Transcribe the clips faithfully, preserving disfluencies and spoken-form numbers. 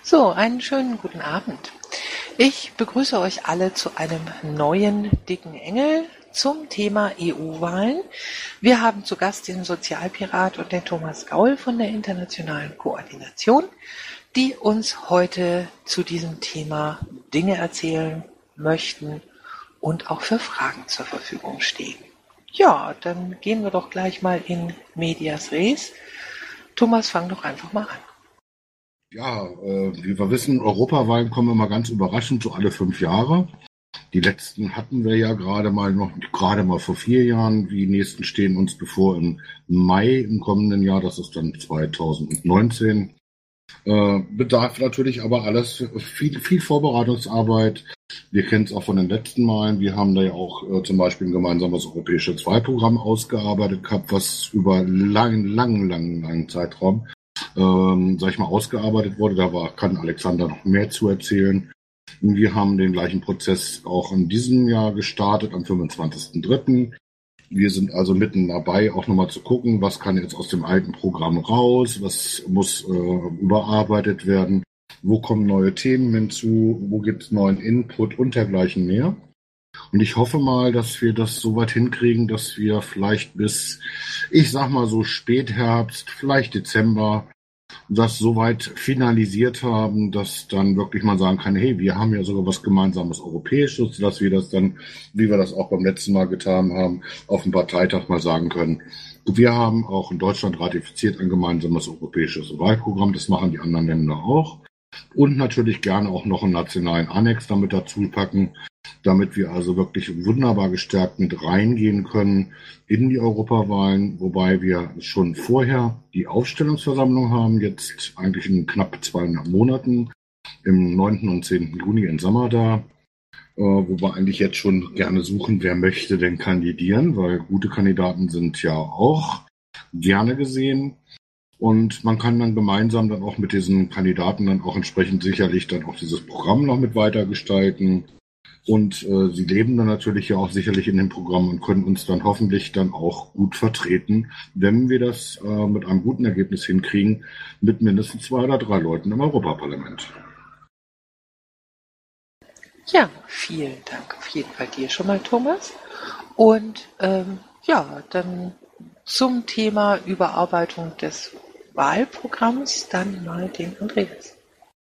So, einen schönen guten Abend. Ich begrüße euch alle zu einem neuen dicken Engel zum Thema E U-Wahlen. Wir haben zu Gast den Sozialpirat und den Thomas Gaul von der Internationalen Koordination, die uns heute zu diesem Thema Dinge erzählen möchten und auch für Fragen zur Verfügung stehen. Ja, dann gehen wir doch gleich mal in medias res. Thomas, fang doch einfach mal an. Ja, äh, wie wir wissen, Europawahlen kommen immer ganz überraschend, so alle fünf Jahre. Die letzten hatten wir ja gerade mal noch, gerade mal vor vier Jahren. Die nächsten stehen uns bevor im Mai im kommenden Jahr, das ist dann zwanzig neunzehn. Äh, bedarf natürlich aber alles viel, viel Vorbereitungsarbeit. Wir kennen es auch von den letzten Malen. Wir haben da ja auch äh, zum Beispiel ein gemeinsames europäisches Wahlprogramm ausgearbeitet gehabt, was über langen, langen, langen, langen Zeitraum Ähm, sag ich mal, ausgearbeitet wurde. Da war, kann Alexander noch mehr zu erzählen. Wir haben den gleichen Prozess auch in diesem Jahr gestartet, am fünfundzwanzigsten dritten Wir sind also mitten dabei, auch nochmal zu gucken, was kann jetzt aus dem alten Programm raus, was muss äh, überarbeitet werden, wo kommen neue Themen hinzu, wo gibt es neuen Input und dergleichen mehr. Und ich hoffe mal, dass wir das so weit hinkriegen, dass wir vielleicht bis, ich sag mal so Spätherbst, vielleicht Dezember, das soweit finalisiert haben, dass dann wirklich man sagen kann, hey, wir haben ja sogar was gemeinsames Europäisches, dass wir das dann, wie wir das auch beim letzten Mal getan haben, auf dem Parteitag mal sagen können. Wir haben auch in Deutschland ratifiziert ein gemeinsames europäisches Wahlprogramm, das machen die anderen Länder auch. Und natürlich gerne auch noch einen nationalen Annex damit dazu packen, damit wir also wirklich wunderbar gestärkt mit reingehen können in die Europawahlen, wobei wir schon vorher die Aufstellungsversammlung haben, jetzt eigentlich in knapp zweieinhalb Monaten, im neunten und zehnten Juni in Samara, äh, wo wir eigentlich jetzt schon gerne suchen, wer möchte denn kandidieren, weil gute Kandidaten sind ja auch gerne gesehen. Und man kann dann gemeinsam dann auch mit diesen Kandidaten dann auch entsprechend sicherlich dann auch dieses Programm noch mit weitergestalten. Und äh, sie leben dann natürlich ja auch sicherlich in dem Programm und können uns dann hoffentlich dann auch gut vertreten, wenn wir das äh, mit einem guten Ergebnis hinkriegen, mit mindestens zwei oder drei Leuten im Europaparlament. Ja, vielen Dank auf jeden Fall dir schon mal, Thomas. Und ähm, ja, dann zum Thema Überarbeitung des Wahlprogramms dann mal den Andreas.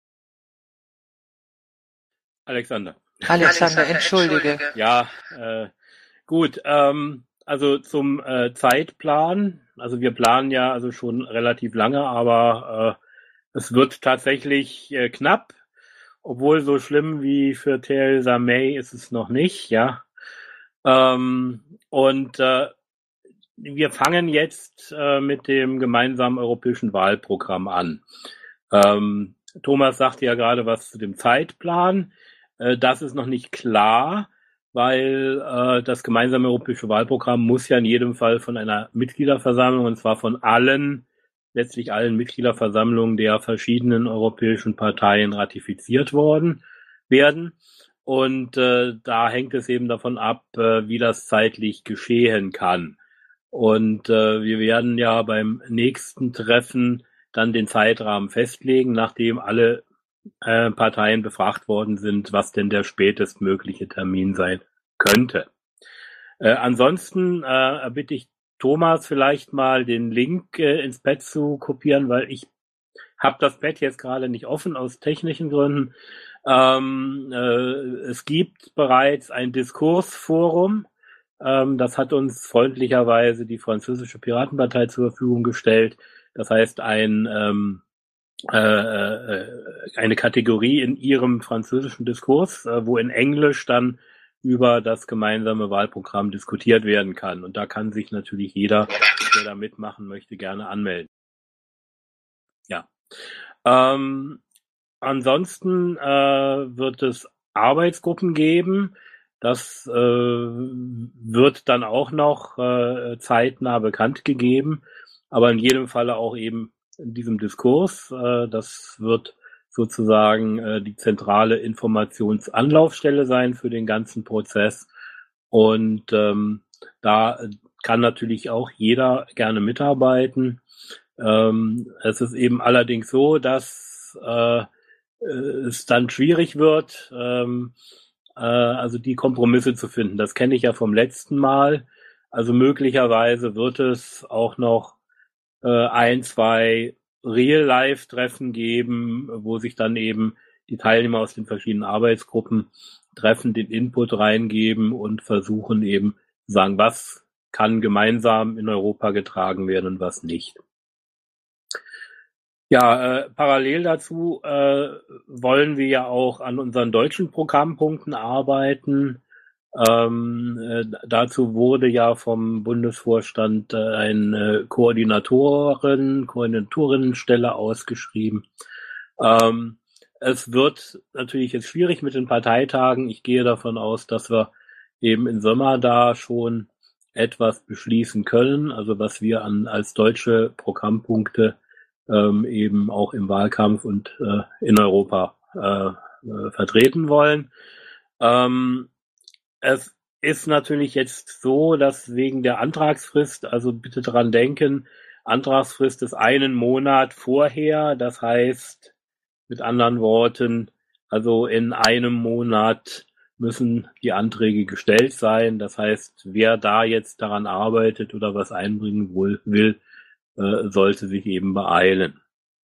Alexander. Alexander, entschuldige. Ja, äh, gut. Ähm, also zum äh, Zeitplan. Also wir planen ja also schon relativ lange, aber äh, es wird tatsächlich äh, knapp. Obwohl so schlimm wie für Theresa May ist es noch nicht, ja. Ähm, und äh, wir fangen jetzt äh, mit dem gemeinsamen europäischen Wahlprogramm an. Ähm, Thomas sagte ja gerade was zu dem Zeitplan. Äh, das ist noch nicht klar, weil äh, das gemeinsame europäische Wahlprogramm muss ja in jedem Fall von einer Mitgliederversammlung, und zwar von allen, letztlich allen Mitgliederversammlungen der verschiedenen europäischen Parteien ratifiziert worden werden. Und äh, da hängt es eben davon ab, äh, wie das zeitlich geschehen kann. Und äh, wir werden ja beim nächsten Treffen dann den Zeitrahmen festlegen, nachdem alle äh, Parteien befragt worden sind, was denn der spätestmögliche Termin sein könnte. Äh, ansonsten äh, bitte ich Thomas vielleicht mal den Link äh, ins Pad zu kopieren, weil ich habe das Pad jetzt gerade nicht offen aus technischen Gründen. Ähm, äh, es gibt bereits ein Diskursforum. Ähm, das hat uns freundlicherweise die französische Piratenpartei zur Verfügung gestellt. Das heißt, ein, ähm, äh, äh, eine Kategorie in ihrem französischen Diskurs, äh, wo in Englisch dann über das gemeinsame Wahlprogramm diskutiert werden kann. Und da kann sich natürlich jeder, der da mitmachen möchte, gerne anmelden. Ja. Ähm, ansonsten äh, wird es Arbeitsgruppen geben. Das äh, wird dann auch noch äh, zeitnah bekannt gegeben, aber in jedem Falle auch eben in diesem Diskurs. Äh, das wird sozusagen äh, die zentrale Informationsanlaufstelle sein für den ganzen Prozess. Und ähm, da kann natürlich auch jeder gerne mitarbeiten. Ähm, es ist eben allerdings so, dass äh, äh, es dann schwierig wird, ähm, äh, also die Kompromisse zu finden. Das kenne ich ja vom letzten Mal. Also möglicherweise wird es auch noch äh, ein, zwei Real-Life-Treffen geben, wo sich dann eben die Teilnehmer aus den verschiedenen Arbeitsgruppen treffen, den Input reingeben und versuchen eben zu sagen, was kann gemeinsam in Europa getragen werden und was nicht. Ja, äh, parallel dazu äh, wollen wir ja auch an unseren deutschen Programmpunkten arbeiten. Ähm, äh, dazu wurde ja vom Bundesvorstand äh, eine Koordinatoren, Koordinatorinnenstelle ausgeschrieben. Ähm, es wird natürlich jetzt schwierig mit den Parteitagen. Ich gehe davon aus, dass wir eben im Sommer da schon etwas beschließen können, also was wir an als deutsche Programmpunkte ähm, eben auch im Wahlkampf und äh, in Europa äh, äh, vertreten wollen. Ähm, es ist natürlich jetzt so, dass wegen der Antragsfrist, also bitte dran denken, Antragsfrist ist einen Monat vorher, das heißt mit anderen Worten, also in einem Monat müssen die Anträge gestellt sein. Das heißt, wer da jetzt daran arbeitet oder was einbringen will, äh, sollte sich eben beeilen.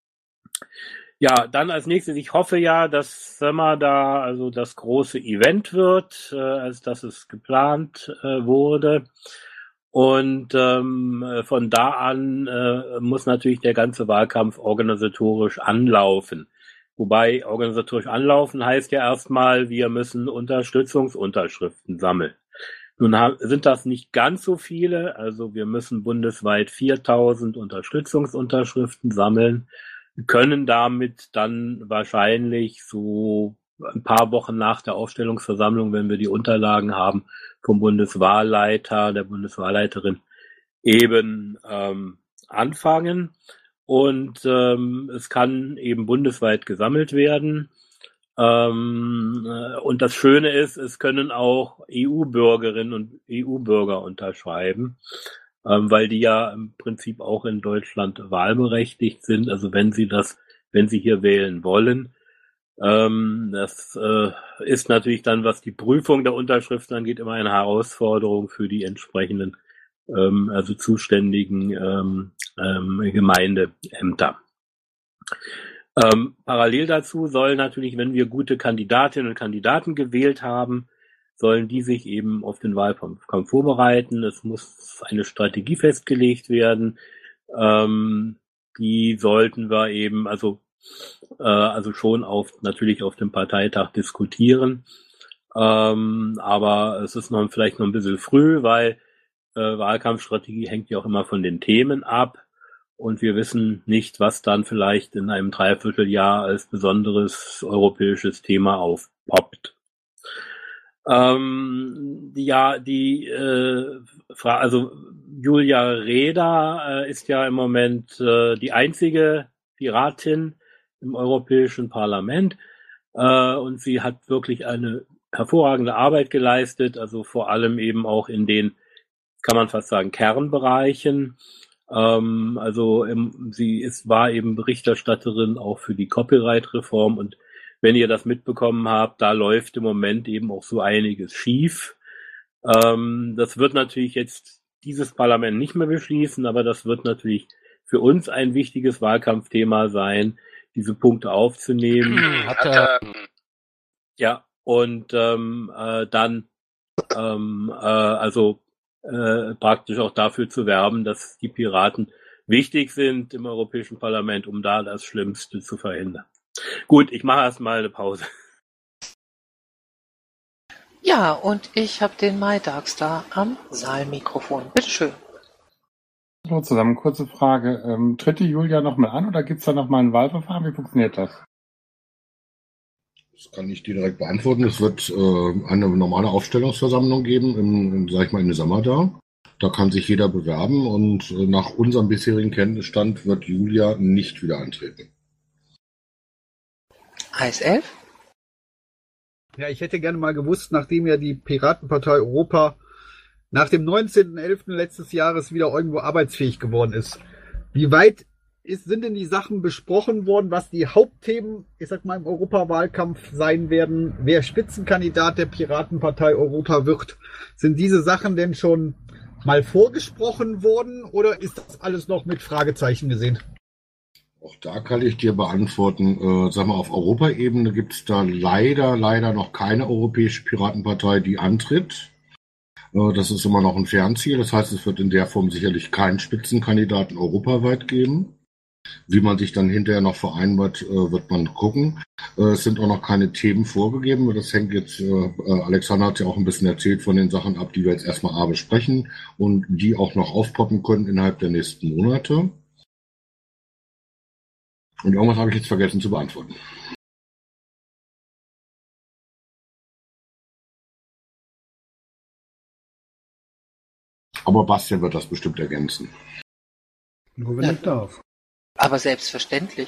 Ja, dann als nächstes, ich hoffe ja, dass Sommer da also das große Event wird, äh, als dass es geplant äh, wurde. Und ähm, von da an äh, muss natürlich der ganze Wahlkampf organisatorisch anlaufen. Wobei organisatorisch anlaufen heißt ja erstmal, wir müssen Unterstützungsunterschriften sammeln. Nun haben, sind das nicht ganz so viele, also wir müssen bundesweit viertausend Unterstützungsunterschriften sammeln, können damit dann wahrscheinlich so ein paar Wochen nach der Aufstellungsversammlung, wenn wir die Unterlagen haben, vom Bundeswahlleiter, der Bundeswahlleiterin eben ähm, anfangen. Und ähm, es kann eben bundesweit gesammelt werden. Ähm, und das Schöne ist, es können auch E U-Bürgerinnen und E U-Bürger unterschreiben, ähm, weil die ja im Prinzip auch in Deutschland wahlberechtigt sind. Also wenn sie das, wenn sie hier wählen wollen. Ähm, das äh, ist natürlich dann, was die Prüfung der Unterschriften angeht, immer eine Herausforderung für die entsprechenden, ähm, also zuständigen ähm, ähm, Gemeindeämter. Ähm, parallel dazu sollen natürlich, wenn wir gute Kandidatinnen und Kandidaten gewählt haben, sollen die sich eben auf den Wahlkampf vorbereiten. Es muss eine Strategie festgelegt werden. Ähm, die sollten wir eben, also äh, also schon auf natürlich auf dem Parteitag diskutieren. Ähm, aber es ist noch vielleicht noch ein bisschen früh, weil äh, Wahlkampfstrategie hängt ja auch immer von den Themen ab. Und wir wissen nicht, was dann vielleicht in einem Dreivierteljahr als besonderes europäisches Thema aufpoppt. Ähm, ja, die äh, Frage, also Julia Reda äh, ist ja im Moment äh, die einzige Piratin im Europäischen Parlament äh, und sie hat wirklich eine hervorragende Arbeit geleistet, also vor allem eben auch in den, kann man fast sagen, Kernbereichen. Ähm, also ähm, sie ist, war eben Berichterstatterin auch für die Copyright-Reform und wenn ihr das mitbekommen habt, da läuft im Moment eben auch so einiges schief. Ähm, das wird natürlich jetzt dieses Parlament nicht mehr beschließen, aber das wird natürlich für uns ein wichtiges Wahlkampfthema sein, diese Punkte aufzunehmen. Hat er ja, und ähm, äh, dann ähm, äh, also äh, praktisch auch dafür zu werben, dass die Piraten wichtig sind im Europäischen Parlament, um da das Schlimmste zu verhindern. Gut, ich mache erstmal eine Pause. Ja, und ich habe den MyDarkstar am Saalmikrofon. Bitteschön. Hallo zusammen, kurze Frage. Ähm, tritt die Julia nochmal an oder gibt es da nochmal ein Wahlverfahren? Wie funktioniert das? Das kann ich dir direkt beantworten. Es wird äh, eine normale Aufstellungsversammlung geben, im, im, sag ich mal, im Sommer da. Da kann sich jeder bewerben und äh, nach unserem bisherigen Kenntnisstand wird Julia nicht wieder antreten. Eis elf? Ja, ich hätte gerne mal gewusst, nachdem ja die Piratenpartei Europa nach dem neunzehnten elften letztes Jahres wieder irgendwo arbeitsfähig geworden ist, wie weit ist, sind denn die Sachen besprochen worden, was die Hauptthemen, ich sag mal, im Europawahlkampf sein werden? Wer Spitzenkandidat der Piratenpartei Europa wird? Sind diese Sachen denn schon mal vorgesprochen worden oder ist das alles noch mit Fragezeichen gesehen? Auch da kann ich dir beantworten, äh, sag mal, auf Europaebene gibt es da leider, leider noch keine europäische Piratenpartei, die antritt. Äh, das ist immer noch ein Fernziel. Das heißt, es wird in der Form sicherlich keinen Spitzenkandidaten europaweit geben. Wie man sich dann hinterher noch vereinbart, äh, wird man gucken. Äh, es sind auch noch keine Themen vorgegeben. Das hängt jetzt, äh, Alexander hat ja auch ein bisschen erzählt von den Sachen ab, die wir jetzt erstmal A besprechen und die auch noch aufpoppen können innerhalb der nächsten Monate. Und irgendwas habe ich jetzt vergessen zu beantworten. Aber Bastian wird das bestimmt ergänzen. Nur wenn Ja. ich darf. Aber selbstverständlich.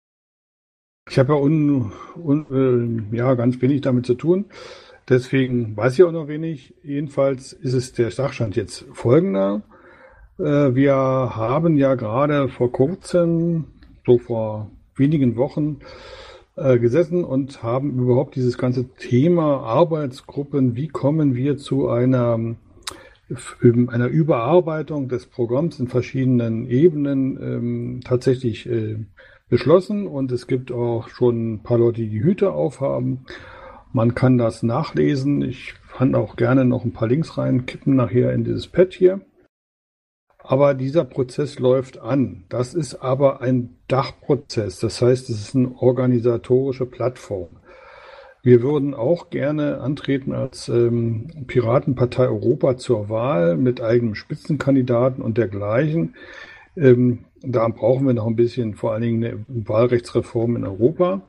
Ich habe ja un, un, äh, ja ganz wenig damit zu tun. Deswegen weiß ich auch noch wenig. Jedenfalls ist es der Sachstand jetzt folgender. Äh, wir haben ja gerade vor kurzem, so vor wenigen Wochen, äh, gesessen und haben überhaupt dieses ganze Thema Arbeitsgruppen, wie kommen wir zu einer, einer Überarbeitung des Programms in verschiedenen Ebenen ähm, tatsächlich äh, beschlossen. Und es gibt auch schon ein paar Leute, die die Hüte aufhaben. Man kann das nachlesen. Ich kann auch gerne noch ein paar Links reinkippen nachher in dieses Pad hier. Aber dieser Prozess läuft an. Das ist aber ein Dachprozess. Das heißt, es ist eine organisatorische Plattform. Wir würden auch gerne antreten als ähm, Piratenpartei Europa zur Wahl mit eigenem Spitzenkandidaten und dergleichen. Ähm, da brauchen wir noch ein bisschen vor allen Dingen eine Wahlrechtsreform in Europa.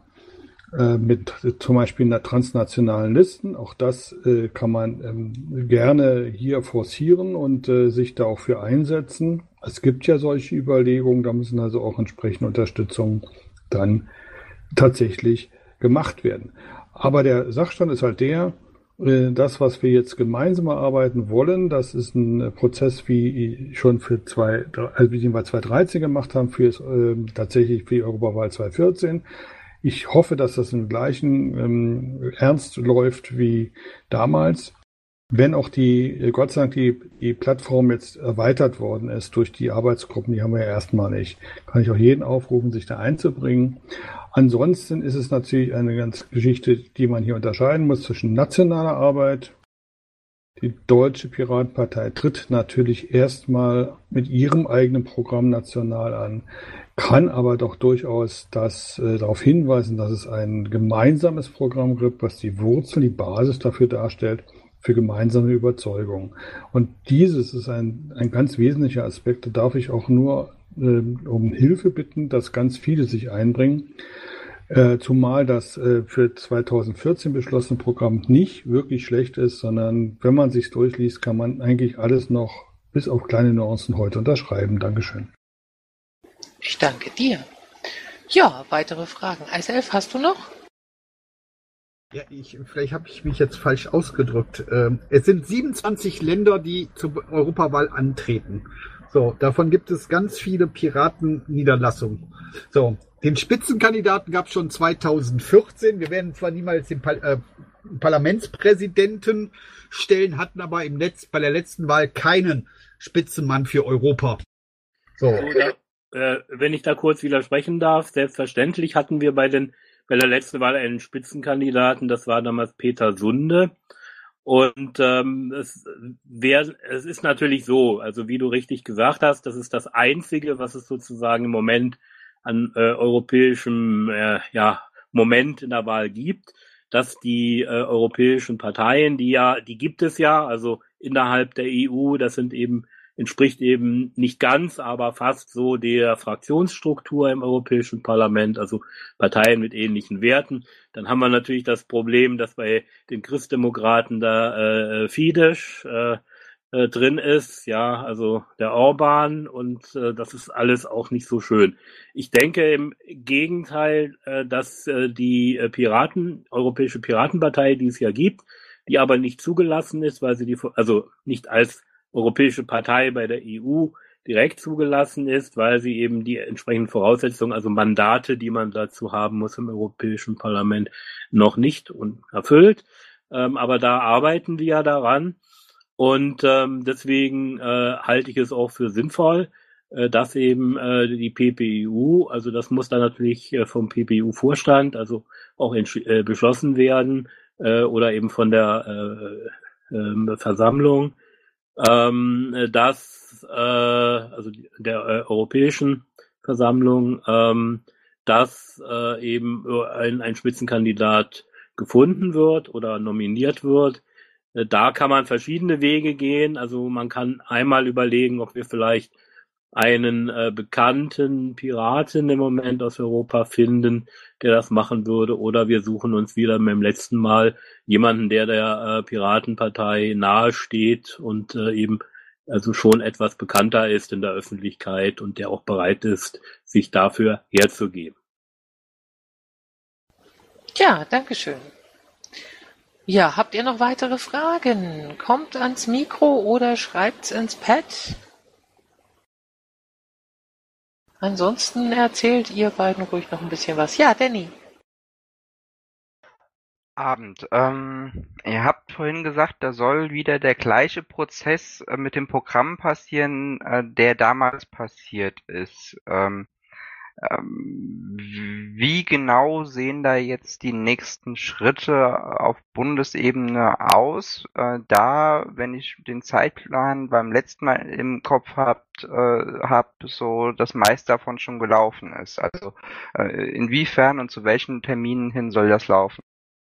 Mit zum Beispiel einer transnationalen Listen. Auch das äh, kann man ähm, gerne hier forcieren und äh, sich da auch für einsetzen. Es gibt ja solche Überlegungen, da müssen also auch entsprechende Unterstützung dann tatsächlich gemacht werden. Aber der Sachstand ist halt der, äh, das, was wir jetzt gemeinsam erarbeiten wollen, das ist ein Prozess, wie schon für zwei, also wie wir zwanzig dreizehn gemacht haben, für äh, tatsächlich für die Europawahl zwanzig vierzehn. Ich hoffe, dass das im gleichen ähm, Ernst läuft wie damals, wenn auch die, Gott sei Dank, die, die Plattform jetzt erweitert worden ist durch die Arbeitsgruppen, die haben wir ja erstmalig. Kann ich auch jeden aufrufen, sich da einzubringen. Ansonsten ist es natürlich eine ganz Geschichte, die man hier unterscheiden muss zwischen nationaler Arbeit. Die Deutsche Piratenpartei tritt natürlich erstmal mit ihrem eigenen Programm national an, kann aber doch durchaus das, äh, darauf hinweisen, dass es ein gemeinsames Programm gibt, was die Wurzel, die Basis dafür darstellt, für gemeinsame Überzeugung. Und dieses ist ein, ein ganz wesentlicher Aspekt. Da darf ich auch nur äh, um Hilfe bitten, dass ganz viele sich einbringen. Äh, zumal das äh, für zwanzig vierzehn beschlossene Programm nicht wirklich schlecht ist, sondern wenn man sich durchliest, kann man eigentlich alles noch bis auf kleine Nuancen heute unterschreiben. Dankeschön. Ich danke dir. Ja, weitere Fragen. Eiself, hast du noch? Ja, ich, vielleicht habe ich mich jetzt falsch ausgedrückt. Ähm, es sind siebenundzwanzig Länder, die zur Europawahl antreten. So, davon gibt es ganz viele Piratenniederlassungen. So, den Spitzenkandidaten gab es schon zwanzig vierzehn. Wir werden zwar niemals den Par- äh, Parlamentspräsidenten stellen, hatten aber im Netz bei der letzten Wahl keinen Spitzenmann für Europa. So. So, da, äh, wenn ich da kurz widersprechen darf, selbstverständlich hatten wir bei den bei der letzten Wahl einen Spitzenkandidaten, das war damals Peter Sunde. Und ähm, es, wär, es ist natürlich so, also wie du richtig gesagt hast, das ist das Einzige, was es sozusagen im Moment an äh, europäischem äh, ja, Moment in der Wahl gibt, dass die äh, europäischen Parteien, die ja, die gibt es ja, also innerhalb der E U, das sind eben entspricht eben nicht ganz, aber fast so der Fraktionsstruktur im Europäischen Parlament, also Parteien mit ähnlichen Werten. Dann haben wir natürlich das Problem, dass bei den Christdemokraten da äh, Fidesz äh, äh, drin ist, ja, also der Orban, und äh, das ist alles auch nicht so schön. Ich denke im Gegenteil, äh, dass äh, die äh, Piraten, Europäische Piratenpartei, die es ja gibt, die aber nicht zugelassen ist, weil sie die, also nicht als Europäische Partei bei der E U direkt zugelassen ist, weil sie eben die entsprechenden Voraussetzungen, also Mandate, die man dazu haben muss im Europäischen Parlament, noch nicht erfüllt. Ähm, aber da arbeiten wir ja daran. Und ähm, deswegen äh, halte ich es auch für sinnvoll, äh, dass eben äh, die P P E U, also das muss dann natürlich äh, vom P P E U-Vorstand, also auch äh, beschlossen werden äh, oder eben von der äh, äh, Versammlung, ähm, dass äh, also der äh, Europäischen Versammlung, ähm, dass äh, eben ein, ein Spitzenkandidat gefunden wird oder nominiert wird. Da kann man verschiedene Wege gehen. Also man kann einmal überlegen, ob wir vielleicht einen äh, bekannten Piraten im Moment aus Europa finden, der das machen würde. Oder wir suchen uns wieder mit dem letzten Mal jemanden, der der äh, Piratenpartei nahe steht und äh, eben also schon etwas bekannter ist in der Öffentlichkeit und der auch bereit ist, sich dafür herzugeben. Ja, danke schön. Ja, habt ihr noch weitere Fragen? Kommt ans Mikro oder schreibt's ins Pad. Ansonsten erzählt ihr beiden ruhig noch ein bisschen was. Ja, Danny. Abend. Ähm, ihr habt vorhin gesagt, da soll wieder der gleiche Prozess äh, mit dem Programm passieren, äh, der damals passiert ist. Ähm, ähm, wie genau sehen da jetzt die nächsten Schritte auf Bundesebene aus? Äh, da, wenn ich den Zeitplan beim letzten Mal im Kopf habt, äh, hab, so das meiste davon schon gelaufen ist. Also äh, inwiefern und zu welchen Terminen hin soll das laufen?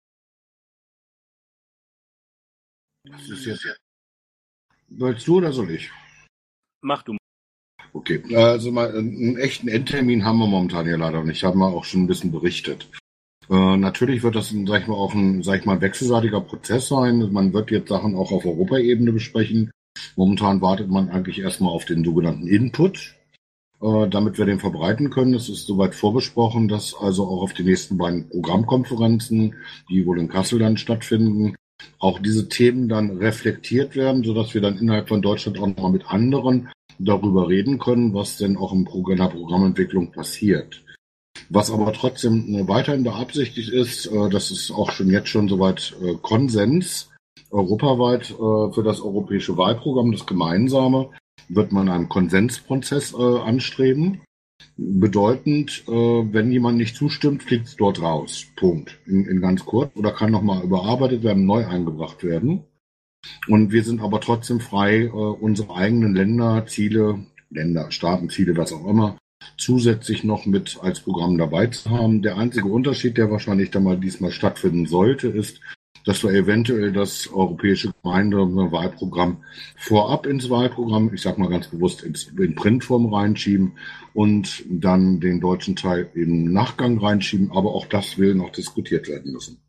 Das ist jetzt. Willst du oder soll ich? Mach du. Okay, also mal einen echten Endtermin haben wir momentan ja leider nicht. Haben wir auch schon ein bisschen berichtet. Äh, natürlich wird das, sag ich mal, auch ein, sag ich mal, wechselseitiger Prozess sein. Man wird jetzt Sachen auch auf Europaebene besprechen. Momentan wartet man eigentlich erstmal auf den sogenannten Input, äh, damit wir den verbreiten können. Es ist soweit vorbesprochen, dass also auch auf die nächsten beiden Programmkonferenzen, die wohl in Kassel dann stattfinden, auch diese Themen dann reflektiert werden, sodass wir dann innerhalb von Deutschland auch nochmal mit anderen darüber reden können, was denn auch im Pro- in der Programmentwicklung passiert. Was aber trotzdem weiterhin beabsichtigt ist, äh, das ist auch schon jetzt schon soweit äh, Konsens, europaweit äh, für das europäische Wahlprogramm, das gemeinsame, wird man einen Konsensprozess äh, anstreben. Bedeutend, äh, wenn jemand nicht zustimmt, fliegt es dort raus. Punkt. In, in ganz kurz. Oder kann nochmal überarbeitet werden, neu eingebracht werden. Und wir sind aber trotzdem frei, äh, unsere eigenen Länder, Ziele, Länder, Staatenziele, was auch immer, zusätzlich noch mit als Programm dabei zu haben. Der einzige Unterschied, der wahrscheinlich dann mal diesmal stattfinden sollte, ist, dass wir eventuell das europäische Gemeindewahlprogramm vorab ins Wahlprogramm, ich sag mal ganz bewusst ins, in Printform reinschieben und dann den deutschen Teil im Nachgang reinschieben. Aber auch das will noch diskutiert werden müssen.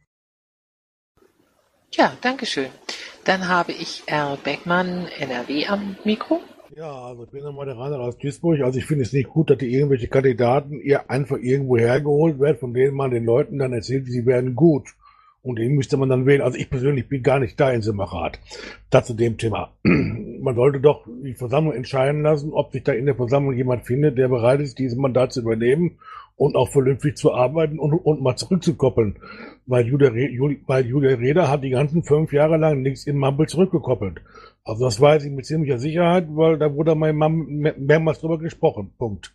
Ja, danke schön. Dann habe ich R. Beckmann, N R W, am Mikro. Ja, also ich bin der Moderator aus Duisburg. Also ich finde es nicht gut, dass die irgendwelche Kandidaten ihr einfach irgendwo hergeholt werden, von denen man den Leuten dann erzählt, sie werden gut. Und den müsste man dann wählen. Also ich persönlich bin gar nicht da in Simmerrath. Das zu dem Thema. Man sollte doch die Versammlung entscheiden lassen, ob sich da in der Versammlung jemand findet, der bereit ist, dieses Mandat zu übernehmen und auch vernünftig zu arbeiten und, und mal zurückzukoppeln. Weil Julia, weil Julia Reda hat die ganzen fünf Jahre lang nichts in Mumble zurückgekoppelt. Also das weiß ich mit ziemlicher Sicherheit, weil da wurde mein Mann mehrmals drüber gesprochen. Punkt.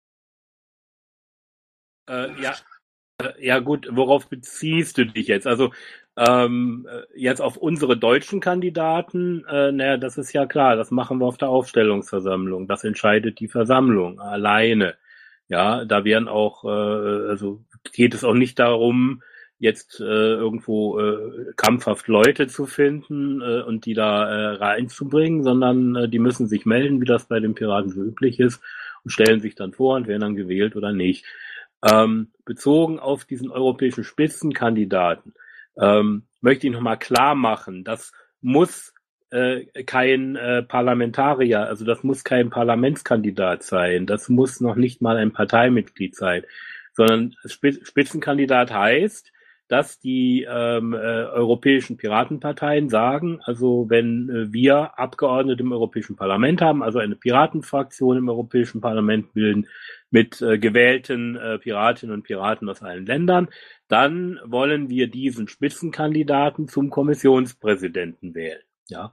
Äh, ja. Ja gut, worauf beziehst du dich jetzt? Also ähm, jetzt auf unsere deutschen Kandidaten, äh, naja, das ist ja klar, das machen wir auf der Aufstellungsversammlung. Das entscheidet die Versammlung alleine. Ja, da werden auch, äh, also geht es auch nicht darum, jetzt äh, irgendwo äh, krampfhaft Leute zu finden äh, und die da äh, reinzubringen, sondern äh, die müssen sich melden, wie das bei den Piraten so üblich ist, und stellen sich dann vor und werden dann gewählt oder nicht. Ähm, bezogen auf diesen europäischen Spitzenkandidaten ähm, möchte ich nochmal klar machen, das muss äh, kein äh, Parlamentarier, also das muss kein Parlamentskandidat sein, das muss noch nicht mal ein Parteimitglied sein, sondern Spitzenkandidat heißt, dass die ähm, äh, europäischen Piratenparteien sagen, also wenn äh, wir Abgeordnete im Europäischen Parlament haben, also eine Piratenfraktion im Europäischen Parlament bilden mit äh, gewählten äh, Piratinnen und Piraten aus allen Ländern, dann wollen wir diesen Spitzenkandidaten zum Kommissionspräsidenten wählen. Ja.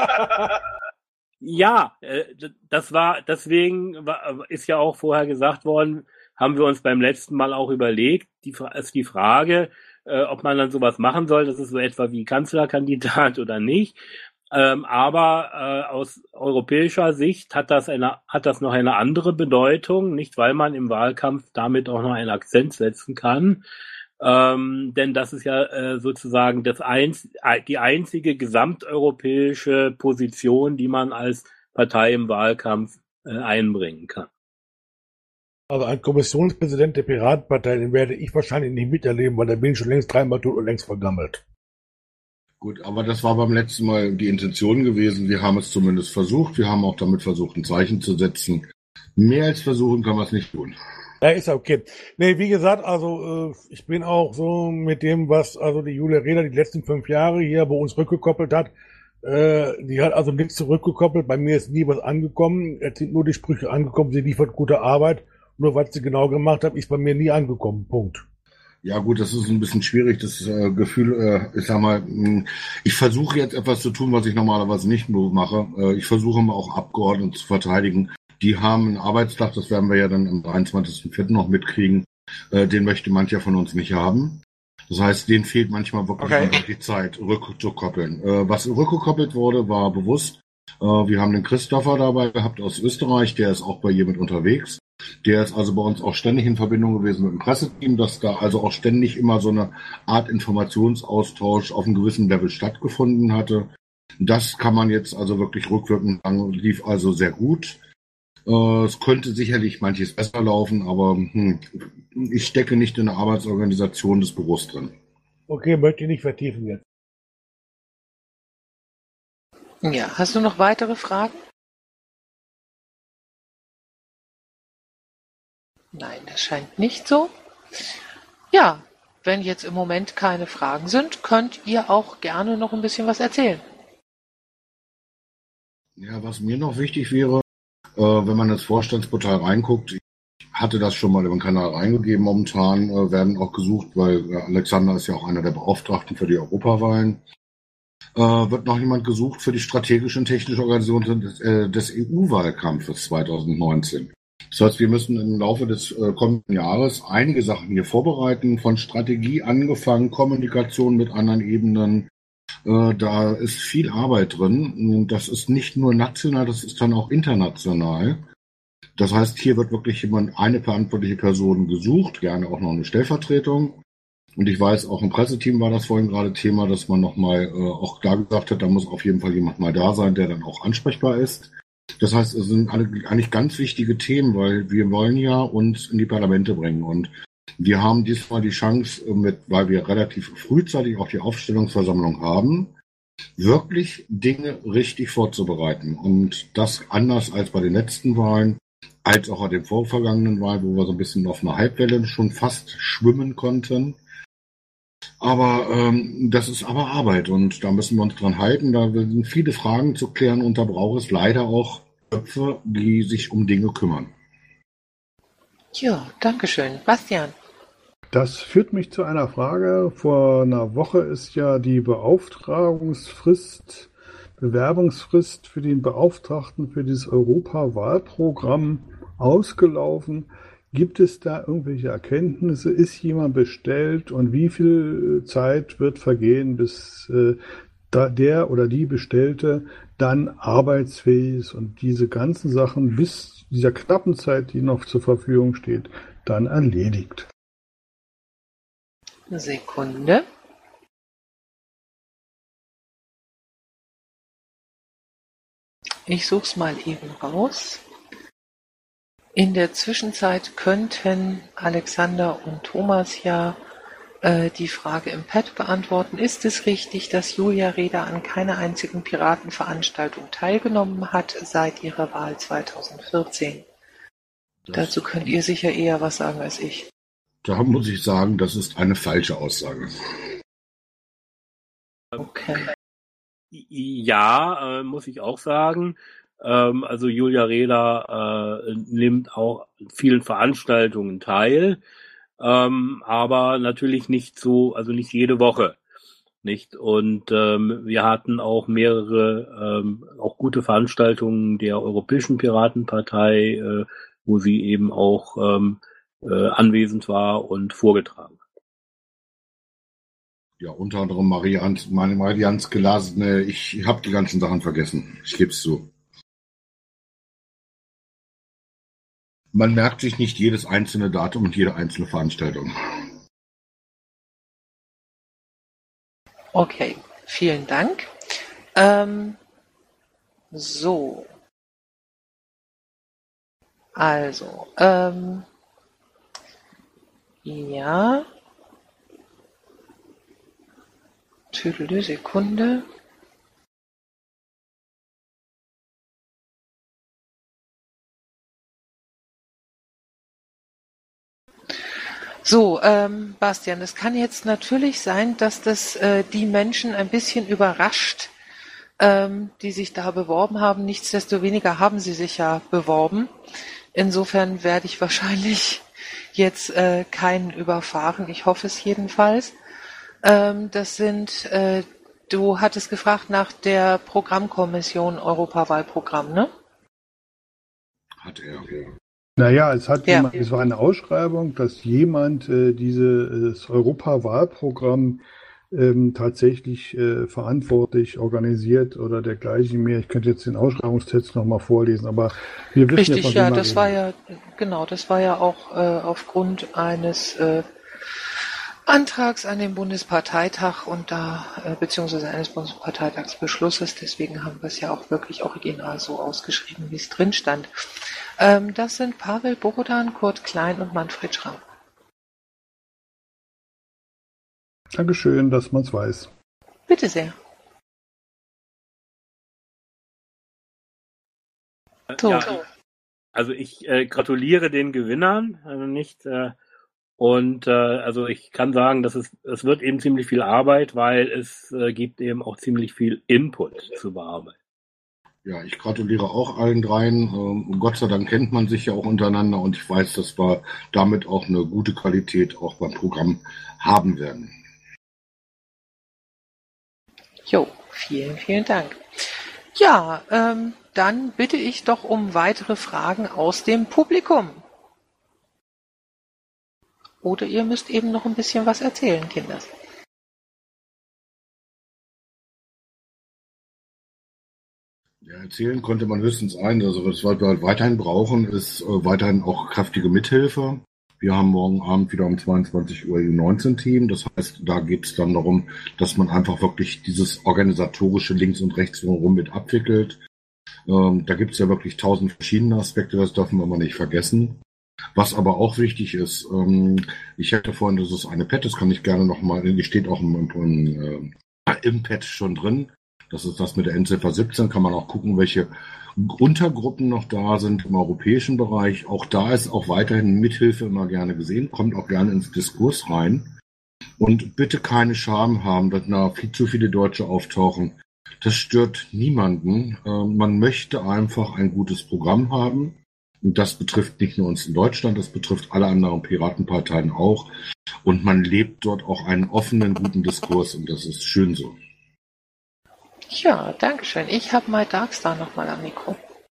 Ja, äh, das war, deswegen war, ist ja auch vorher gesagt worden, haben wir uns beim letzten Mal auch überlegt, die, ist die Frage, äh, ob man dann sowas machen soll, das ist so etwa wie Kanzlerkandidat oder nicht. Ähm, aber äh, aus europäischer Sicht hat das eine, hat das noch eine andere Bedeutung, nicht weil man im Wahlkampf damit auch noch einen Akzent setzen kann. Ähm, denn das ist ja äh, sozusagen das einz die einzige gesamteuropäische Position, die man als Partei im Wahlkampf äh, einbringen kann. Also ein Kommissionspräsident der Piratenpartei, den werde ich wahrscheinlich nicht miterleben, weil da bin ich schon längst dreimal tot und längst vergammelt. Gut, aber das war beim letzten Mal die Intention gewesen. Wir haben es zumindest versucht. Wir haben auch damit versucht, ein Zeichen zu setzen. Mehr als versuchen kann man es nicht tun. Ja, ist okay. Nee, wie gesagt, also äh, ich bin auch so mit dem, was also die Julia Reda die letzten fünf Jahre hier bei uns rückgekoppelt hat, äh, die hat also nichts zurückgekoppelt. Bei mir ist nie was angekommen. Es sind nur die Sprüche angekommen, sie liefert gute Arbeit. Nur was sie genau gemacht hat, ist bei mir nie angekommen. Punkt. Ja gut, das ist ein bisschen schwierig, das äh, Gefühl, äh, ich sag mal, mh, ich versuche jetzt etwas zu tun, was ich normalerweise nicht nur mache. Äh, ich versuche mal auch Abgeordnete zu verteidigen. Die haben einen Arbeitstag, das werden wir ja dann am dreiundzwanzigsten vierten noch mitkriegen. Äh, den möchte mancher von uns nicht haben. Das heißt, denen fehlt manchmal wirklich Okay. die Zeit, rückzukoppeln. Äh, was rückgekoppelt wurde, war bewusst. Äh, wir haben den Christopher dabei gehabt aus Österreich, der ist auch bei ihr mit unterwegs. Der ist also bei uns auch ständig in Verbindung gewesen mit dem Presseteam, dass da also auch ständig immer so eine Art Informationsaustausch auf einem gewissen Level stattgefunden hatte. Das kann man jetzt also wirklich rückwirkend sagen, lief also sehr gut. Äh, es könnte sicherlich manches besser laufen, aber hm, ich stecke nicht in der Arbeitsorganisation des Büros drin. Okay, möchte ich nicht vertiefen jetzt. Ja, hast du noch weitere Fragen? Nein, das scheint nicht so. Ja, wenn jetzt im Moment keine Fragen sind, könnt ihr auch gerne noch ein bisschen was erzählen. Ja, was mir noch wichtig wäre, äh, wenn man ins Vorstandsportal reinguckt, ich hatte das schon mal im Kanal reingegeben, momentan äh, werden auch gesucht, weil äh, Alexander ist ja auch einer der Beauftragten für die Europawahlen, äh, wird noch jemand gesucht für die strategische und technische Organisation des, äh, des E U-Wahlkampfes zwanzig neunzehn. Das heißt, wir müssen im Laufe des äh, kommenden Jahres einige Sachen hier vorbereiten, von Strategie angefangen, Kommunikation mit anderen Ebenen. Äh, da ist viel Arbeit drin. Und das ist nicht nur national, das ist dann auch international. Das heißt, hier wird wirklich jemand, eine verantwortliche Person gesucht, gerne auch noch eine Stellvertretung. Und ich weiß, auch im Presseteam war das vorhin gerade Thema, dass man nochmal äh, auch da gesagt hat, da muss auf jeden Fall jemand mal da sein, der dann auch ansprechbar ist. Das heißt, es sind alle, eigentlich ganz wichtige Themen, weil wir wollen ja uns in die Parlamente bringen. Und wir haben diesmal die Chance, mit, weil wir relativ frühzeitig auch die Aufstellungsversammlung haben, wirklich Dinge richtig vorzubereiten. Und das anders als bei den letzten Wahlen, als auch bei den vorvergangenen Wahlen, wo wir so ein bisschen auf einer Halbwelle schon fast schwimmen konnten. Aber ähm, das ist aber Arbeit und da müssen wir uns dran halten. Da sind viele Fragen zu klären und da braucht es leider auch Köpfe, die sich um Dinge kümmern. Ja, danke schön. Bastian. Das führt mich zu einer Frage. Vor einer Woche ist ja die Beauftragungsfrist, Bewerbungsfrist für den Beauftragten für dieses Europawahlprogramm ausgelaufen. Gibt es da irgendwelche Erkenntnisse? Ist jemand bestellt und wie viel Zeit wird vergehen, bis äh, da der oder die Bestellte dann arbeitsfähig ist und diese ganzen Sachen bis dieser knappen Zeit, die noch zur Verfügung steht, dann erledigt? Sekunde. Ich suche es mal eben raus. In der Zwischenzeit könnten Alexander und Thomas ja äh, die Frage im Pad beantworten. Ist es richtig, dass Julia Reda an keiner einzigen Piratenveranstaltung teilgenommen hat seit ihrer Wahl zweitausendvierzehn? Das, Dazu könnt ihr sicher eher was sagen als ich. Da muss ich sagen, das ist eine falsche Aussage. Okay. Ja, äh, muss ich auch sagen. Ähm, also Julia Reda äh, nimmt auch an vielen Veranstaltungen teil, ähm, aber natürlich nicht so, also nicht jede Woche, nicht? Und ähm, wir hatten auch mehrere, ähm, auch gute Veranstaltungen der Europäischen Piratenpartei, äh, wo sie eben auch ähm, äh, anwesend war und vorgetragen. Ja, unter anderem Marians, meine Marians Gelasene. Ich habe die ganzen Sachen vergessen. Ich gebe es zu. Man merkt sich nicht jedes einzelne Datum und jede einzelne Veranstaltung. Okay, vielen Dank. Ähm, so. Also, ähm, ja. Tüdelü, Sekunde. So, ähm, Bastian, es kann jetzt natürlich sein, dass das äh, die Menschen ein bisschen überrascht, ähm, die sich da beworben haben. Nichtsdestoweniger haben sie sich ja beworben. Insofern werde ich wahrscheinlich jetzt äh, keinen überfahren. Ich hoffe es jedenfalls. Ähm, das sind, äh, du hattest gefragt nach der Programmkommission Europawahlprogramm, ne? Hat er. Naja, es hat Ja. jemand, es war eine Ausschreibung, dass jemand äh, dieses Europawahlprogramm ähm, tatsächlich äh, verantwortlich organisiert oder dergleichen mehr. Ich könnte jetzt den Ausschreibungstext nochmal vorlesen, aber wir wissen Richtig, jetzt, von ja, wem wir das reden. war ja, genau, das war ja auch äh, aufgrund eines äh, Antrags an den Bundesparteitag und da, äh, beziehungsweise eines Bundesparteitagsbeschlusses, deswegen haben wir es ja auch wirklich original so ausgeschrieben, wie es drin stand. Ähm, das sind Pavel Borodan, Kurt Klein und Manfred Schramm. Dankeschön, dass man es weiß. Bitte sehr. So. Ja, also ich äh, gratuliere den Gewinnern, also nicht äh, und äh, also ich kann sagen, dass es es wird eben ziemlich viel Arbeit, weil es äh, gibt eben auch ziemlich viel Input zu bearbeiten. Ja, ich gratuliere auch allen dreien. Ähm, Gott sei Dank kennt man sich ja auch untereinander und ich weiß, dass wir damit auch eine gute Qualität auch beim Programm haben werden. Jo, vielen, vielen Dank. Ja, ähm, dann bitte ich doch um weitere Fragen aus dem Publikum. Oder ihr müsst eben noch ein bisschen was erzählen, Kinders. Ja, erzählen konnte man höchstens eins. Also was wir halt weiterhin brauchen, ist äh, weiterhin auch kräftige Mithilfe. Wir haben morgen Abend wieder um zweiundzwanzig Uhr U neunzehn Team. Das heißt, da geht es dann darum, dass man einfach wirklich dieses organisatorische links und rechts herum mit abwickelt. Ähm, da gibt es ja wirklich tausend verschiedene Aspekte, das dürfen wir mal nicht vergessen. Was aber auch wichtig ist, ähm, ich hätte vorhin, das ist eine Pad, das kann ich gerne nochmal, die steht auch im, im, äh, im Pad schon drin. Das ist das mit der Endziffer siebzehn, kann man auch gucken, welche Untergruppen noch da sind im europäischen Bereich. Auch da ist auch weiterhin Mithilfe immer gerne gesehen, kommt auch gerne ins Diskurs rein. Und bitte keine Scham haben, dass da viel zu viele Deutsche auftauchen. Das stört niemanden. Äh, man möchte einfach ein gutes Programm haben. Und das betrifft nicht nur uns in Deutschland, das betrifft alle anderen Piratenparteien auch. Und man lebt dort auch einen offenen, guten Diskurs und das ist schön so. Ja, danke schön. Ich habe mal Darkstar nochmal am Mikro.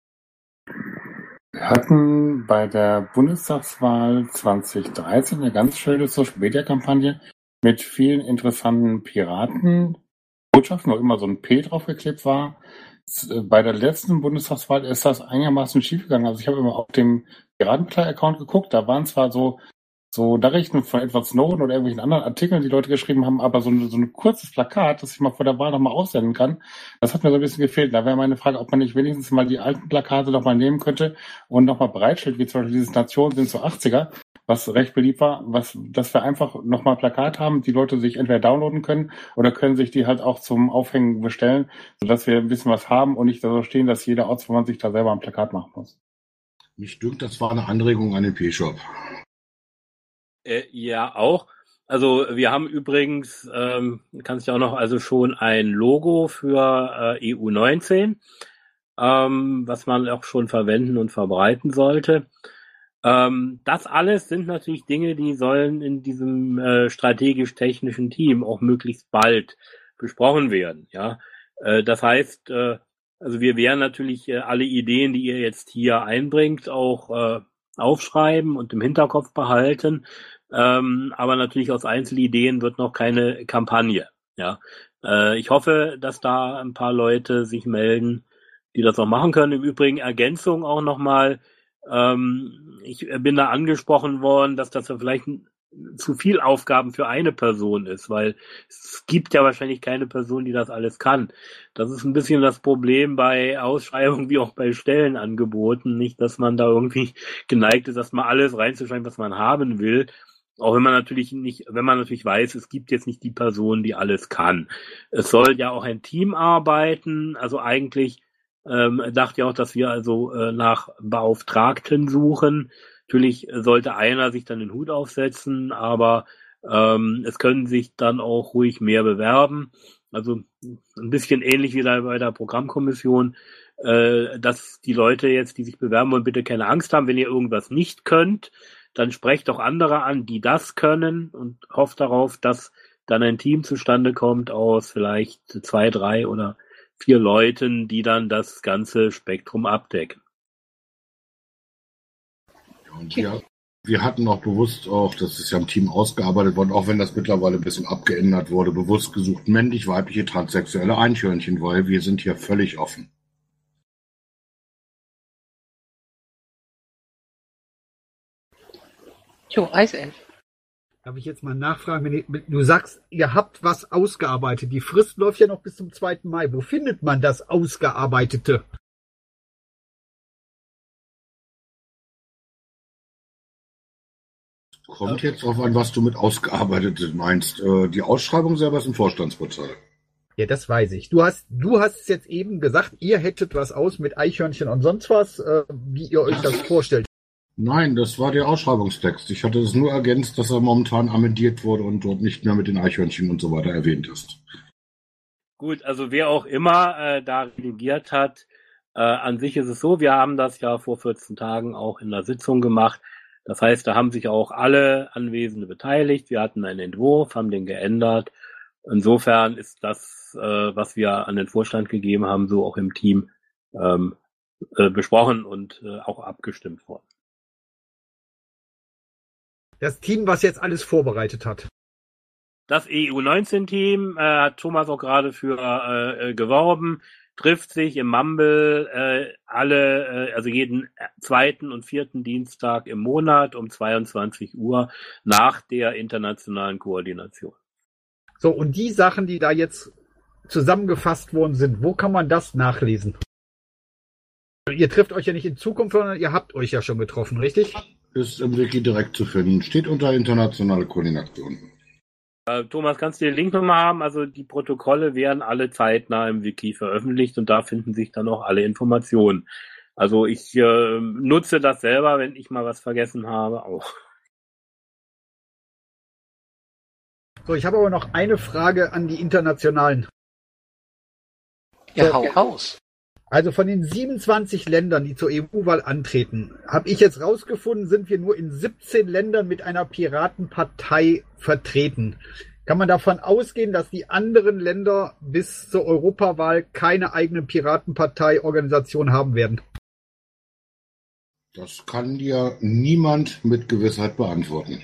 Wir hatten bei der Bundestagswahl zwanzig dreizehn eine ganz schöne Social-Media-Kampagne mit vielen interessanten Piraten-Botschaften, wo immer so ein P draufgeklebt war. Bei der letzten Bundestagswahl ist das einigermaßen schief gegangen. Also ich habe immer auf dem Piratenpartei-Account geguckt, da waren zwar so so Nachrichten von Edward Snowden oder irgendwelchen anderen Artikeln, die Leute geschrieben haben, aber so ein, so ein kurzes Plakat, das ich mal vor der Wahl nochmal aussenden kann, das hat mir so ein bisschen gefehlt. Da wäre meine Frage, ob man nicht wenigstens mal die alten Plakate nochmal nehmen könnte und nochmal bereitstellt, wie zum Beispiel dieses Nationen sind so achtziger, was recht beliebt war, was, dass wir einfach nochmal Plakat haben, die Leute sich entweder downloaden können oder können sich die halt auch zum Aufhängen bestellen, sodass wir ein bisschen was haben und nicht da so stehen, dass jeder Ortsverband sich da selber ein Plakat machen muss. Mich dünkt, das war eine Anregung an den P-Shop. Äh, ja, auch. Also wir haben übrigens, ähm, kannst ja auch noch also schon ein Logo für äh, E U neunzehn, ähm, was man auch schon verwenden und verbreiten sollte. Ähm, das alles sind natürlich Dinge, die sollen in diesem äh, strategisch-technischen Team auch möglichst bald besprochen werden. Ja, äh, das heißt, äh, also wir werden natürlich äh, alle Ideen, die ihr jetzt hier einbringt, auch äh, aufschreiben und im Hinterkopf behalten. Ähm, aber natürlich aus Einzelideen wird noch keine Kampagne. Ja, äh, ich hoffe, dass da ein paar Leute sich melden, die das auch machen können. Im Übrigen Ergänzung auch nochmal. Ähm, ich bin da angesprochen worden, dass das ja vielleicht zu viel Aufgaben für eine Person ist, weil es gibt ja wahrscheinlich keine Person, die das alles kann. Das ist ein bisschen das Problem bei Ausschreibungen wie auch bei Stellenangeboten. Nicht, dass man da irgendwie geneigt ist, erstmal alles reinzuschreiben, was man haben will. Auch wenn man natürlich nicht, wenn man natürlich weiß, es gibt jetzt nicht die Person, die alles kann. Es soll ja auch ein Team arbeiten, also eigentlich ähm, dachte ich auch, dass wir also äh, nach Beauftragten suchen. Natürlich sollte einer sich dann den Hut aufsetzen, aber ähm, es können sich dann auch ruhig mehr bewerben. Also ein bisschen ähnlich wie da bei der Programmkommission, äh, dass die Leute jetzt, die sich bewerben wollen, bitte keine Angst haben, wenn ihr irgendwas nicht könnt, dann sprecht auch andere an, die das können und hofft darauf, dass dann ein Team zustande kommt aus vielleicht zwei, drei oder vier Leuten, die dann das ganze Spektrum abdecken. Und wir, wir hatten auch bewusst auch, das ist ja im Team ausgearbeitet worden, auch wenn das mittlerweile ein bisschen abgeändert wurde, bewusst gesucht männlich, weibliche, transsexuelle Eichhörnchen, weil wir sind hier völlig offen. Jo, Eiself. Darf ich jetzt mal nachfragen, wenn ihr, du sagst, ihr habt was ausgearbeitet. Die Frist läuft ja noch bis zum zweiten Mai. Wo findet man das Ausgearbeitete? Kommt jetzt drauf an, was du mit ausgearbeitet meinst. Die Ausschreibung selber ist ein Vorstandsportal. Ja, das weiß ich. Du hast, du hast es jetzt eben gesagt, ihr hättet was aus mit Eichhörnchen und sonst was, wie ihr euch das vorstellt. Nein, das war der Ausschreibungstext. Ich hatte es nur ergänzt, dass er momentan amendiert wurde und dort nicht mehr mit den Eichhörnchen und so weiter erwähnt ist. Gut, also wer auch immer äh, da redigiert hat, äh, an sich ist es so, wir haben das ja vor vierzehn Tagen auch in der Sitzung gemacht. Das heißt, da haben sich auch alle Anwesende beteiligt. Wir hatten einen Entwurf, haben den geändert. Insofern ist das, äh, was wir an den Vorstand gegeben haben, so auch im Team ähm, äh, besprochen und äh, auch abgestimmt worden. Das Team, was jetzt alles vorbereitet hat. Das E U neunzehn Team äh, hat Thomas auch gerade für äh, geworben, trifft sich im Mumble äh, alle, äh, also jeden zweiten und vierten Dienstag im Monat um zweiundzwanzig Uhr nach der internationalen Koordination. So, und die Sachen, die da jetzt zusammengefasst worden sind, wo kann man das nachlesen? Ihr trifft euch ja nicht in Zukunft, sondern ihr habt euch ja schon getroffen, richtig? Ist im Wiki direkt zu finden. Steht unter internationale Koordination. Äh, Thomas, kannst du den Link nochmal haben? Also die Protokolle werden alle zeitnah im Wiki veröffentlicht und da finden sich dann auch alle Informationen. Also ich äh, nutze das selber, wenn ich mal was vergessen habe, auch. So, ich habe aber noch eine Frage an die Internationalen. Ja, so, hau raus. Also von den siebenundzwanzig Ländern, die zur E U-Wahl antreten, habe ich jetzt rausgefunden, sind wir nur in siebzehn Ländern mit einer Piratenpartei vertreten. Kann man davon ausgehen, dass die anderen Länder bis zur Europawahl keine eigene Piratenpartei-Organisation haben werden? Das kann dir niemand mit Gewissheit beantworten.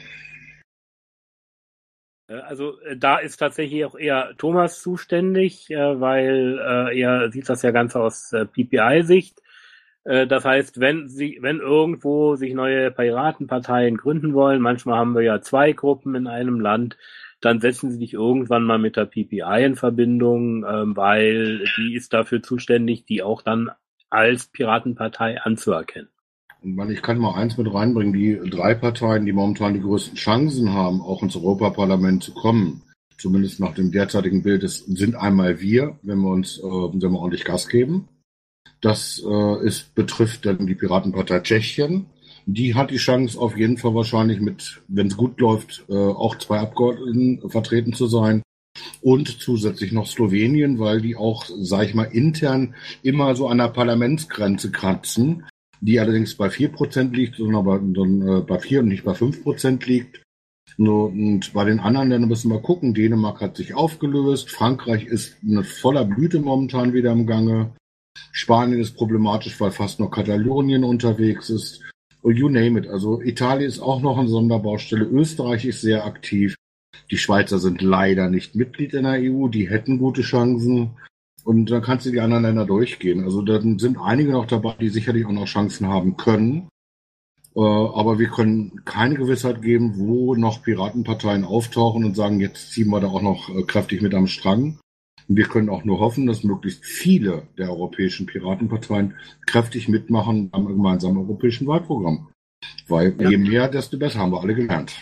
Also da ist tatsächlich auch eher Thomas zuständig, weil äh, er sieht das ja ganz aus äh, P P I-Sicht. Äh, das heißt, wenn sie, wenn irgendwo sich neue Piratenparteien gründen wollen, manchmal haben wir ja zwei Gruppen in einem Land, dann setzen sie sich irgendwann mal mit der P P I in Verbindung, äh, weil die ist dafür zuständig, die auch dann als Piratenpartei anzuerkennen. Und ich kann mal eins mit reinbringen, die drei Parteien, die momentan die größten Chancen haben, auch ins Europaparlament zu kommen, zumindest nach dem derzeitigen Bild, ist, sind einmal wir, wenn wir uns, äh, wenn wir ordentlich Gas geben. Das äh, ist, betrifft dann die Piratenpartei Tschechien, Die hat die Chance auf jeden Fall wahrscheinlich mit, wenn es gut läuft, äh, auch zwei Abgeordneten vertreten zu sein. Und zusätzlich noch Slowenien, weil die auch, sag ich mal, intern immer so an der Parlamentsgrenze kratzen, die allerdings bei vier Prozent liegt, sondern aber dann, äh, bei vier und nicht bei fünf Prozent liegt. No, und bei den anderen Ländern müssen wir gucken. Dänemark hat sich aufgelöst. Frankreich ist eine voller Blüte momentan wieder im Gange. Spanien ist problematisch, weil fast noch Katalonien unterwegs ist. Und you name it. Also Italien ist auch noch eine Sonderbaustelle. Österreich ist sehr aktiv. Die Schweizer sind leider nicht Mitglied in der E U. Die hätten gute Chancen. Und dann kannst du die anderen Länder durchgehen. Also da sind einige noch dabei, die sicherlich auch noch Chancen haben können. Aber wir können keine Gewissheit geben, wo noch Piratenparteien auftauchen und sagen, jetzt ziehen wir da auch noch kräftig mit am Strang. Und wir können auch nur hoffen, dass möglichst viele der europäischen Piratenparteien kräftig mitmachen am gemeinsamen europäischen Wahlprogramm. Weil ja. je mehr, desto besser, haben wir alle gelernt.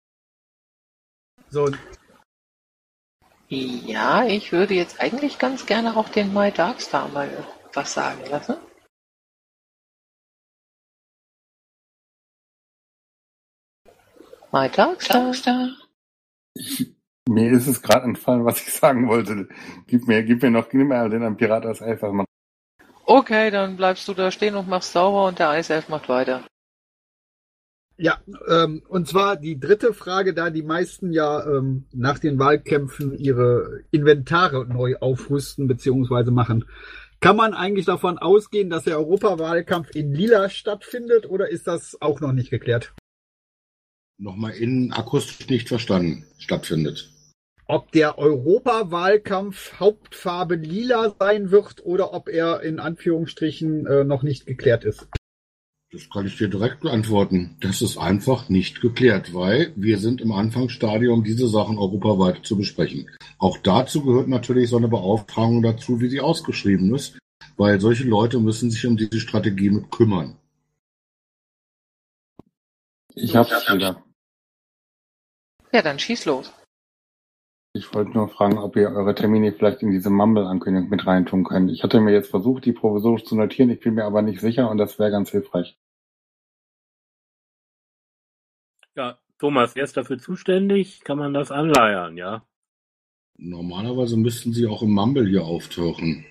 So. Ja, ich würde jetzt eigentlich ganz gerne auch den My Darkstar mal was sagen lassen. My Darkstar. Ich, mir ist es gerade entfallen, was ich sagen wollte. Gib mir, gib mir noch, gib mir den am Pirat als einfach mal. Okay, dann bleibst du da stehen und machst sauber und der Eiself macht weiter. Ja, ähm, und zwar die dritte Frage, da die meisten ja ähm, nach den Wahlkämpfen ihre Inventare neu aufrüsten bzw. machen. Kann man eigentlich davon ausgehen, dass der Europawahlkampf in Lila stattfindet oder ist das auch noch nicht geklärt? Nochmal in akustisch nicht verstanden, stattfindet. Ob der Europawahlkampf Hauptfarbe lila sein wird oder ob er in Anführungsstrichen äh, noch nicht geklärt ist. Das kann ich dir direkt beantworten. Das ist einfach nicht geklärt, weil wir sind im Anfangsstadium, diese Sachen europaweit zu besprechen. Auch dazu gehört natürlich so eine Beauftragung dazu, wie sie ausgeschrieben ist, weil solche Leute müssen sich um diese Strategie mit kümmern. Ich hab's wieder. Ja, dann schieß los. Ich wollte nur fragen, ob ihr eure Termine vielleicht in diese Mumble-Ankündigung mit reintun könnt. Ich hatte mir jetzt versucht, die provisorisch zu notieren, ich bin mir aber nicht sicher und das wäre ganz hilfreich. Ja, Thomas, er ist dafür zuständig, kann man das anleiern, ja? Normalerweise müssten sie auch im Mumble hier auftauchen.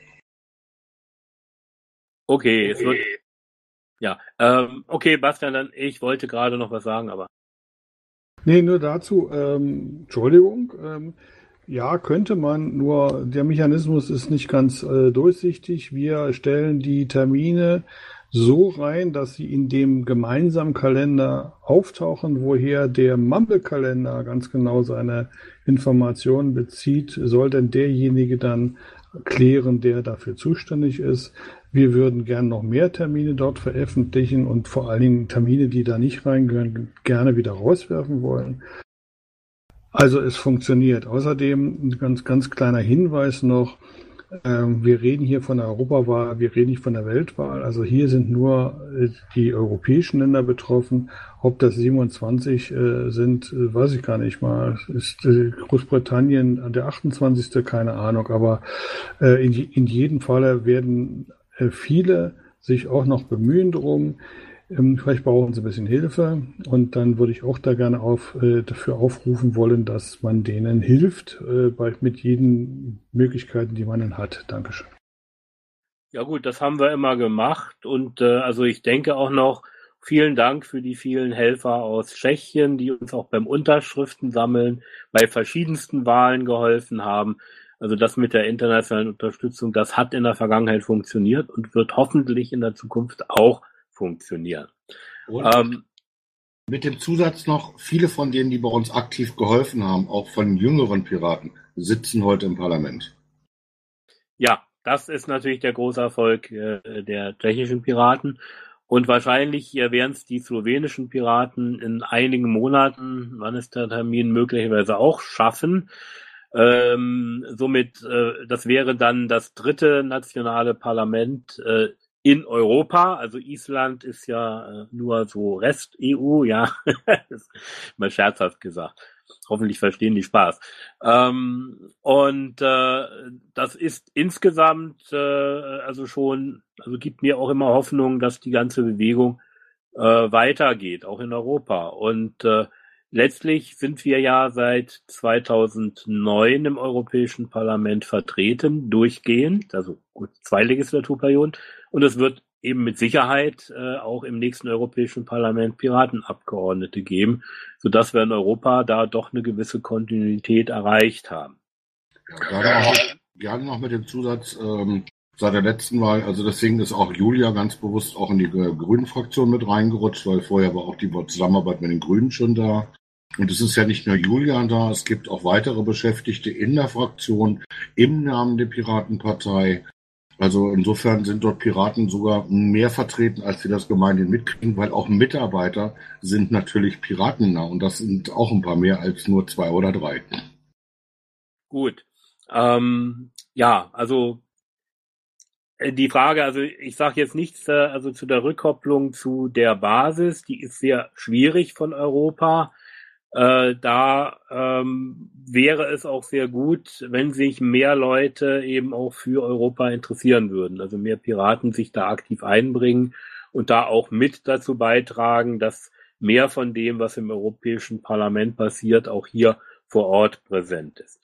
Okay, es wird... Ja, ähm, okay, Bastian, dann, ich wollte gerade noch was sagen, aber... Nee, nur dazu, ähm, Entschuldigung, ähm, ja, könnte man, nur der Mechanismus ist nicht ganz äh, durchsichtig. Wir stellen die Termine so rein, dass sie in dem gemeinsamen Kalender auftauchen, woher der Mumble-Kalender ganz genau seine Informationen bezieht, soll denn derjenige dann klären, der dafür zuständig ist. Wir würden gern noch mehr Termine dort veröffentlichen und vor allen Dingen Termine, die da nicht reingehören, gerne wieder rauswerfen wollen. Also es funktioniert. Außerdem ein ganz, ganz kleiner Hinweis noch. Ähm, wir reden hier von der Europawahl, wir reden nicht von der Weltwahl. Also hier sind nur äh, die europäischen Länder betroffen. Ob das siebenundzwanzig äh, sind, äh, weiß ich gar nicht mal. Ist äh, Großbritannien der achtundzwanzigste Keine Ahnung. Aber äh, in, in jedem Falle werden äh, viele sich auch noch bemühen drum. Ähm, vielleicht brauchen sie ein bisschen Hilfe. Und dann würde ich auch da gerne auf, äh, dafür aufrufen wollen, dass man denen hilft, äh, bei, mit jeden Möglichkeiten, die man dann hat. Dankeschön. Ja gut, das haben wir immer gemacht und äh, also ich denke auch noch, vielen Dank für die vielen Helfer aus Tschechien, die uns auch beim Unterschriften sammeln bei verschiedensten Wahlen geholfen haben. Also das mit der internationalen Unterstützung, das hat in der Vergangenheit funktioniert und wird hoffentlich in der Zukunft auch funktionieren. Ähm, mit dem Zusatz noch, viele von denen, die bei uns aktiv geholfen haben, auch von jüngeren Piraten, sitzen heute im Parlament. Ja, das ist natürlich der große Erfolg äh, der tschechischen Piraten. Und wahrscheinlich äh, werden es die slowenischen Piraten in einigen Monaten, wann ist der Termin, möglicherweise auch schaffen. Ähm, somit, äh, das wäre dann das dritte nationale Parlament äh, in Europa. Also Island ist ja äh, nur so Rest-E U, ja, mal scherzhaft gesagt. Hoffentlich verstehen die Spaß. Ähm, und äh, das ist insgesamt äh, also schon, also gibt mir auch immer Hoffnung, dass die ganze Bewegung äh, weitergeht, auch in Europa. Und äh, letztlich sind wir ja seit zweitausendneun im Europäischen Parlament vertreten, durchgehend, also gut, zwei Legislaturperioden. Und es wird eben mit Sicherheit äh, auch im nächsten Europäischen Parlament Piratenabgeordnete geben, sodass wir in Europa da doch eine gewisse Kontinuität erreicht haben. Ja, gerade, auch mit, gerade noch mit dem Zusatz, ähm, seit der letzten Wahl, also deswegen ist auch Julia ganz bewusst auch in die äh, Grünen-Fraktion mit reingerutscht, weil vorher war auch die Zusammenarbeit mit den Grünen schon da. Und es ist ja nicht nur Julia da, es gibt auch weitere Beschäftigte in der Fraktion im Namen der Piratenpartei. Also insofern sind dort Piraten sogar mehr vertreten, als sie das gemeinhin mitkriegen, weil auch Mitarbeiter sind natürlich piratennah und das sind auch ein paar mehr als nur zwei oder drei. Gut. Ähm, ja, also die Frage, also ich sage jetzt nichts äh, also zu der Rückkopplung zu der Basis, die ist sehr schwierig von Europa. Äh, da ähm, wäre es auch sehr gut, wenn sich mehr Leute eben auch für Europa interessieren würden, also mehr Piraten sich da aktiv einbringen und da auch mit dazu beitragen, dass mehr von dem, was im Europäischen Parlament passiert, auch hier vor Ort präsent ist.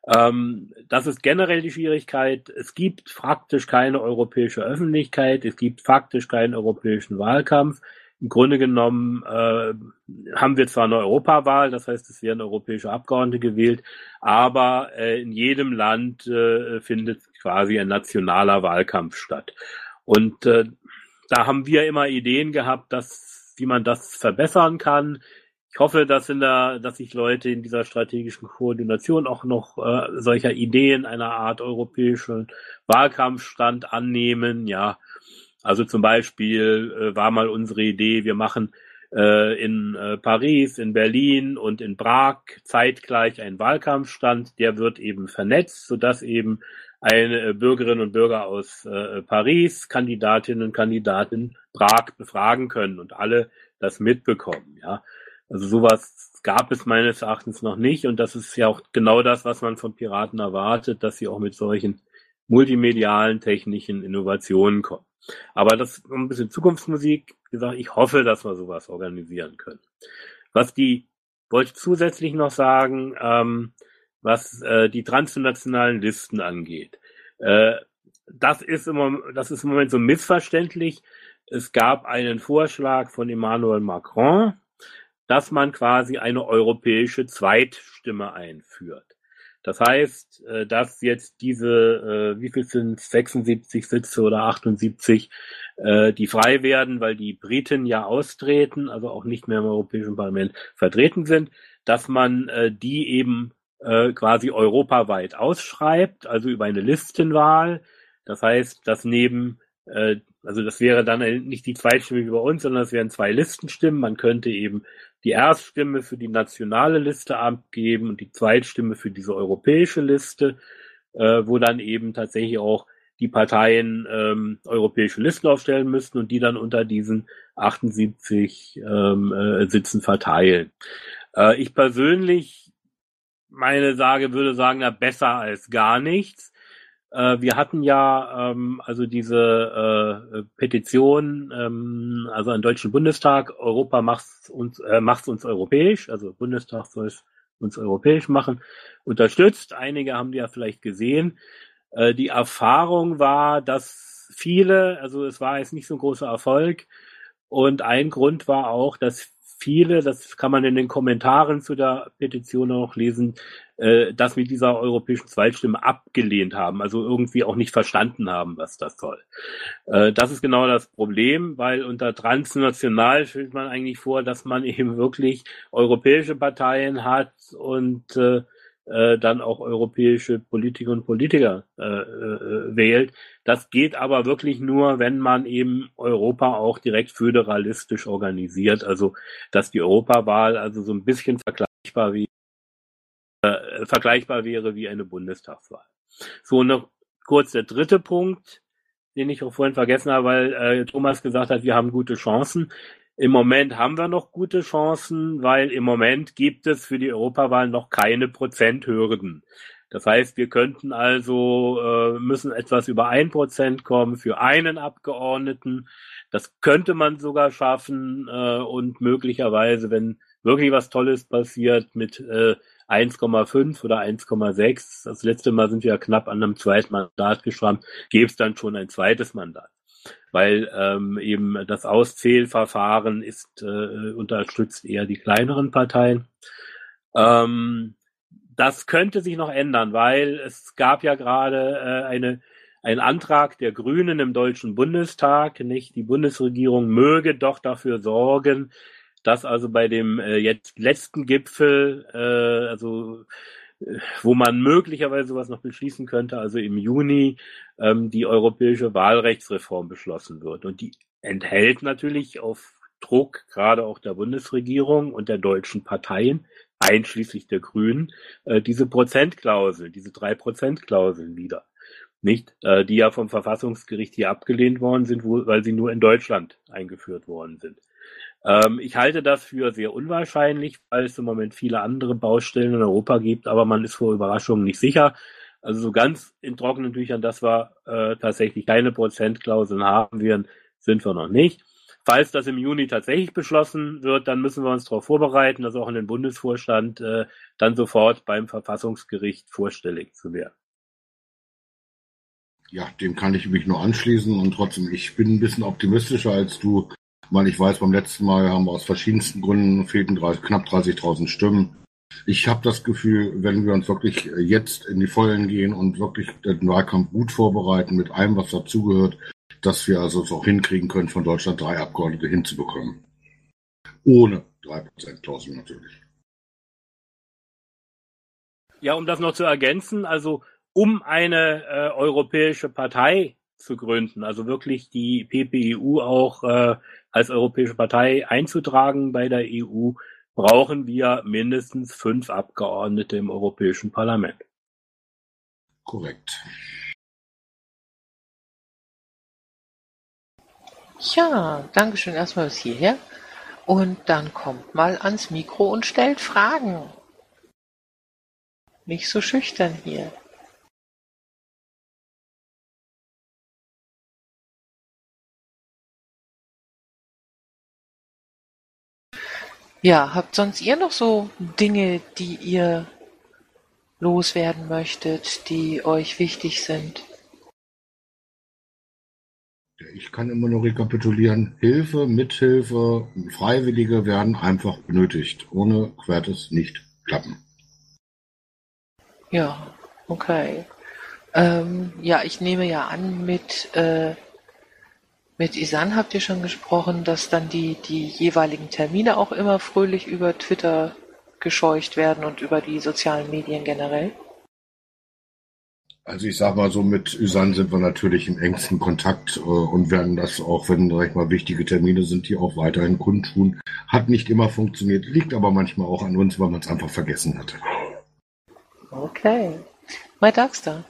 Ähm, das ist generell die Schwierigkeit. Es gibt faktisch keine europäische Öffentlichkeit, es gibt faktisch keinen europäischen Wahlkampf. Im Grunde genommen äh, haben wir zwar eine Europawahl, das heißt, es werden europäische Abgeordnete gewählt, aber äh, in jedem Land äh, findet quasi ein nationaler Wahlkampf statt. Und äh, da haben wir immer Ideen gehabt, dass, wie man das verbessern kann. Ich hoffe, dass in der, dass sich Leute in dieser strategischen Koordination auch noch äh, solcher Ideen einer Art europäischen Wahlkampfstand annehmen, ja. Also zum Beispiel äh, war mal unsere Idee, wir machen äh, in äh, Paris, in Berlin und in Prag zeitgleich einen Wahlkampfstand, der wird eben vernetzt, sodass eben eine Bürgerinnen und Bürger aus äh, Paris Kandidatinnen und Kandidaten in Prag befragen können und alle das mitbekommen, ja. Also sowas gab es meines Erachtens noch nicht und das ist ja auch genau das, was man von Piraten erwartet, dass sie auch mit solchen multimedialen technischen Innovationen kommen. Aber das ist ein bisschen Zukunftsmusik. Wie gesagt, ich hoffe, dass wir sowas organisieren können. Was die, wollte ich zusätzlich noch sagen, ähm, was äh, die transnationalen Listen angeht. Äh, das ist immer, das ist im Moment so missverständlich. Es gab einen Vorschlag von Emmanuel Macron, dass man quasi eine europäische Zweitstimme einführt. Das heißt, dass jetzt diese, wie viel sind sechsundsiebzig Sitze oder achtundsiebzig, die frei werden, weil die Briten ja austreten, also auch nicht mehr im Europäischen Parlament vertreten sind, dass man die eben quasi europaweit ausschreibt, also über eine Listenwahl. Das heißt, dass neben, also das wäre dann nicht die Zweitstimme wie bei uns, sondern es wären zwei Listenstimmen. Man könnte eben die Erststimme für die nationale Liste abgeben und die Zweitstimme für diese europäische Liste, äh, wo dann eben tatsächlich auch die Parteien ähm, europäische Listen aufstellen müssten und die dann unter diesen achtundsiebzig ähm, äh, Sitzen verteilen. Äh, ich persönlich, meine Sage, würde sagen, na, besser als gar nichts. Wir hatten ja ähm, also diese äh, Petition, ähm, also im Deutschen Bundestag, Europa macht's uns, äh, macht's uns europäisch, also Bundestag soll es uns europäisch machen, unterstützt. Einige haben die ja vielleicht gesehen. Äh, die Erfahrung war, dass viele, also es war jetzt nicht so ein großer Erfolg und ein Grund war auch, dass viele, das kann man in den Kommentaren zu der Petition auch lesen, äh, das mit dieser europäischen Zweitstimme abgelehnt haben, also irgendwie auch nicht verstanden haben, was das soll. Äh, das ist genau das Problem, weil unter transnational stellt man eigentlich vor, dass man eben wirklich europäische Parteien hat und äh, äh, dann auch europäische Politiker und Politiker äh, äh, wählt. Das geht aber wirklich nur, wenn man eben Europa auch direkt föderalistisch organisiert, also dass die Europawahl also so ein bisschen vergleichbar wie äh, vergleichbar wäre wie eine Bundestagswahl. So, noch kurz der dritte Punkt, den ich auch vorhin vergessen habe, weil äh, Thomas gesagt hat, wir haben gute Chancen. Im Moment haben wir noch gute Chancen, weil im Moment gibt es für die Europawahl noch keine Prozenthürden. Das heißt, wir könnten also, äh, müssen etwas über ein Prozent kommen für einen Abgeordneten. Das könnte man sogar schaffen äh, und möglicherweise, wenn wirklich was Tolles passiert, mit äh, eins Komma fünf oder eins Komma sechs, das letzte Mal sind wir ja knapp an einem zweiten Mandat geschrammt, gäbe es dann schon ein zweites Mandat. Weil ähm, eben das Auszählverfahren ist äh, unterstützt eher die kleineren Parteien. Ähm, das könnte sich noch ändern, weil es gab ja gerade äh, eine ein Antrag der Grünen im Deutschen Bundestag, nicht? Die Bundesregierung möge doch dafür sorgen, dass also bei dem äh, jetzt letzten Gipfel, äh, also äh, wo man möglicherweise sowas noch beschließen könnte, also im Juni, ähm, die europäische Wahlrechtsreform beschlossen wird. Und die enthält natürlich auf Druck gerade auch der Bundesregierung und der deutschen Parteien, einschließlich der Grünen, äh, diese Prozentklausel, diese drei Prozent-Klauseln wieder. Nicht, äh, die ja vom Verfassungsgericht hier abgelehnt worden sind, wo, weil sie nur in Deutschland eingeführt worden sind. Ähm, ich halte das für sehr unwahrscheinlich, weil es im Moment viele andere Baustellen in Europa gibt, aber man ist vor Überraschungen nicht sicher. Also so ganz in trockenen Tüchern, dass wir äh, tatsächlich keine Prozentklauseln haben werden, sind wir noch nicht. Falls das im Juni tatsächlich beschlossen wird, dann müssen wir uns darauf vorbereiten, dass auch in den Bundesvorstand äh, dann sofort beim Verfassungsgericht vorstellig zu werden. Ja, dem kann ich mich nur anschließen und trotzdem, ich bin ein bisschen optimistischer als du, weil ich weiß, beim letzten Mal haben wir aus verschiedensten Gründen fehlten dreißig, knapp dreißigtausend Stimmen. Ich habe das Gefühl, wenn wir uns wirklich jetzt in die Vollen gehen und wirklich den Wahlkampf gut vorbereiten mit allem, was dazugehört, dass wir also es auch hinkriegen können, von Deutschland drei Abgeordnete hinzubekommen. Ohne drei Prozent Klausel natürlich. Ja, um das noch zu ergänzen, also um eine äh, europäische Partei zu gründen, also wirklich die P P E U auch äh, als europäische Partei einzutragen bei der E U, brauchen wir mindestens fünf Abgeordnete im Europäischen Parlament. Korrekt. Ja, Dankeschön erstmal bis hierher. Und dann kommt mal ans Mikro und stellt Fragen. Nicht so schüchtern hier. Ja, habt sonst ihr noch so Dinge, die ihr loswerden möchtet, die euch wichtig sind? Ich kann immer nur rekapitulieren, Hilfe, Mithilfe, Freiwillige werden einfach benötigt. Ohne wird es nicht klappen. Ja, okay. Ähm, ja, ich nehme ja an, mit, äh, mit Isan habt ihr schon gesprochen, dass dann die, die jeweiligen Termine auch immer fröhlich über Twitter gescheucht werden und über die sozialen Medien generell. Also ich sag mal so, mit Isan sind wir natürlich im engsten Kontakt äh, und werden das auch, wenn sag ich mal wichtige Termine sind, die auch weiterhin kundtun. Hat nicht immer funktioniert, liegt aber manchmal auch an uns, weil man es einfach vergessen hatte. Okay. My Darkstar.